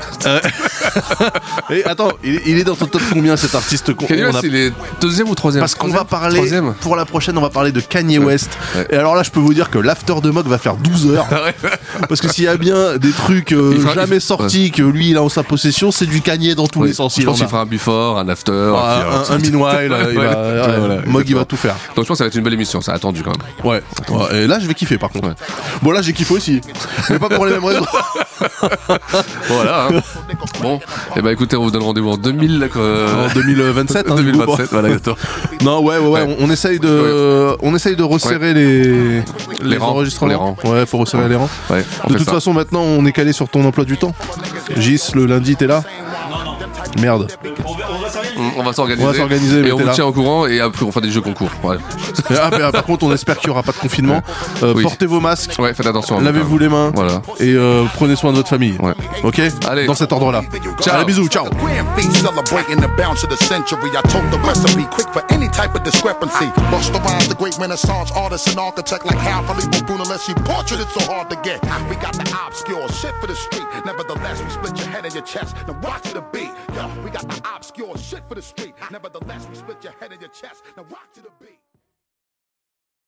Et attends, il est dans ton top combien cet artiste? Kanye West, il est 2ème ou 3ème? Parce qu'on va parler, 3ème. pour la prochaine, on va parler de Kanye West. Ouais. Et alors là, je peux vous dire que l'after de Mock va faire 12 heures. Parce que s'il y a bien des trucs jamais sortis que lui il a en sa possession, c'est du Kanye dans tous les sens. Je pense qu'il fera un before, un after, un meanwhile. Mock il va tout faire. Donc je pense que ça va être une belle émission, ça a attendu quand même. Ouais. Et là, je vais kiffer par contre. Ouais. Bon, là, j'ai kiffé aussi. Mais pas pour les mêmes raisons. Voilà. Hein. Bon, et bah écoutez, on vous donne rendez-vous en 2027. Hein, 2027, voilà, d'accord. Non, ouais. On essaye de resserrer les enregistrements. Ouais, faut resserrer les rangs. Ouais, de toute façon, maintenant, on est calé sur ton emploi du temps. Gis, le lundi, t'es là? Merde. On va s'organiser et on vous tient au courant et après on fera des jeux concours. Ouais. Par contre, on espère qu'il n'y aura pas de confinement. Portez vos masques. Ouais, faites attention. Lavez-vous les mains. Voilà. Et prenez soin de votre famille. Ouais. Ok. Allez. Dans cet ordre-là. Ciao. Allez, bisous. Ciao. Celebrating the bounce of the century. I told the recipe quick for any type of discrepancy. Busta Rhymes, the great Renaissance artist and architect, like Hal Filippo Brunelleschi. Portrait is so hard to get. We got the obscure shit for the street. Nevertheless, we split your head and your chest. Now watch the beat. Yo, we got the obscure shit for the street. Nevertheless, we split your head and your chest. Now rock to the beat.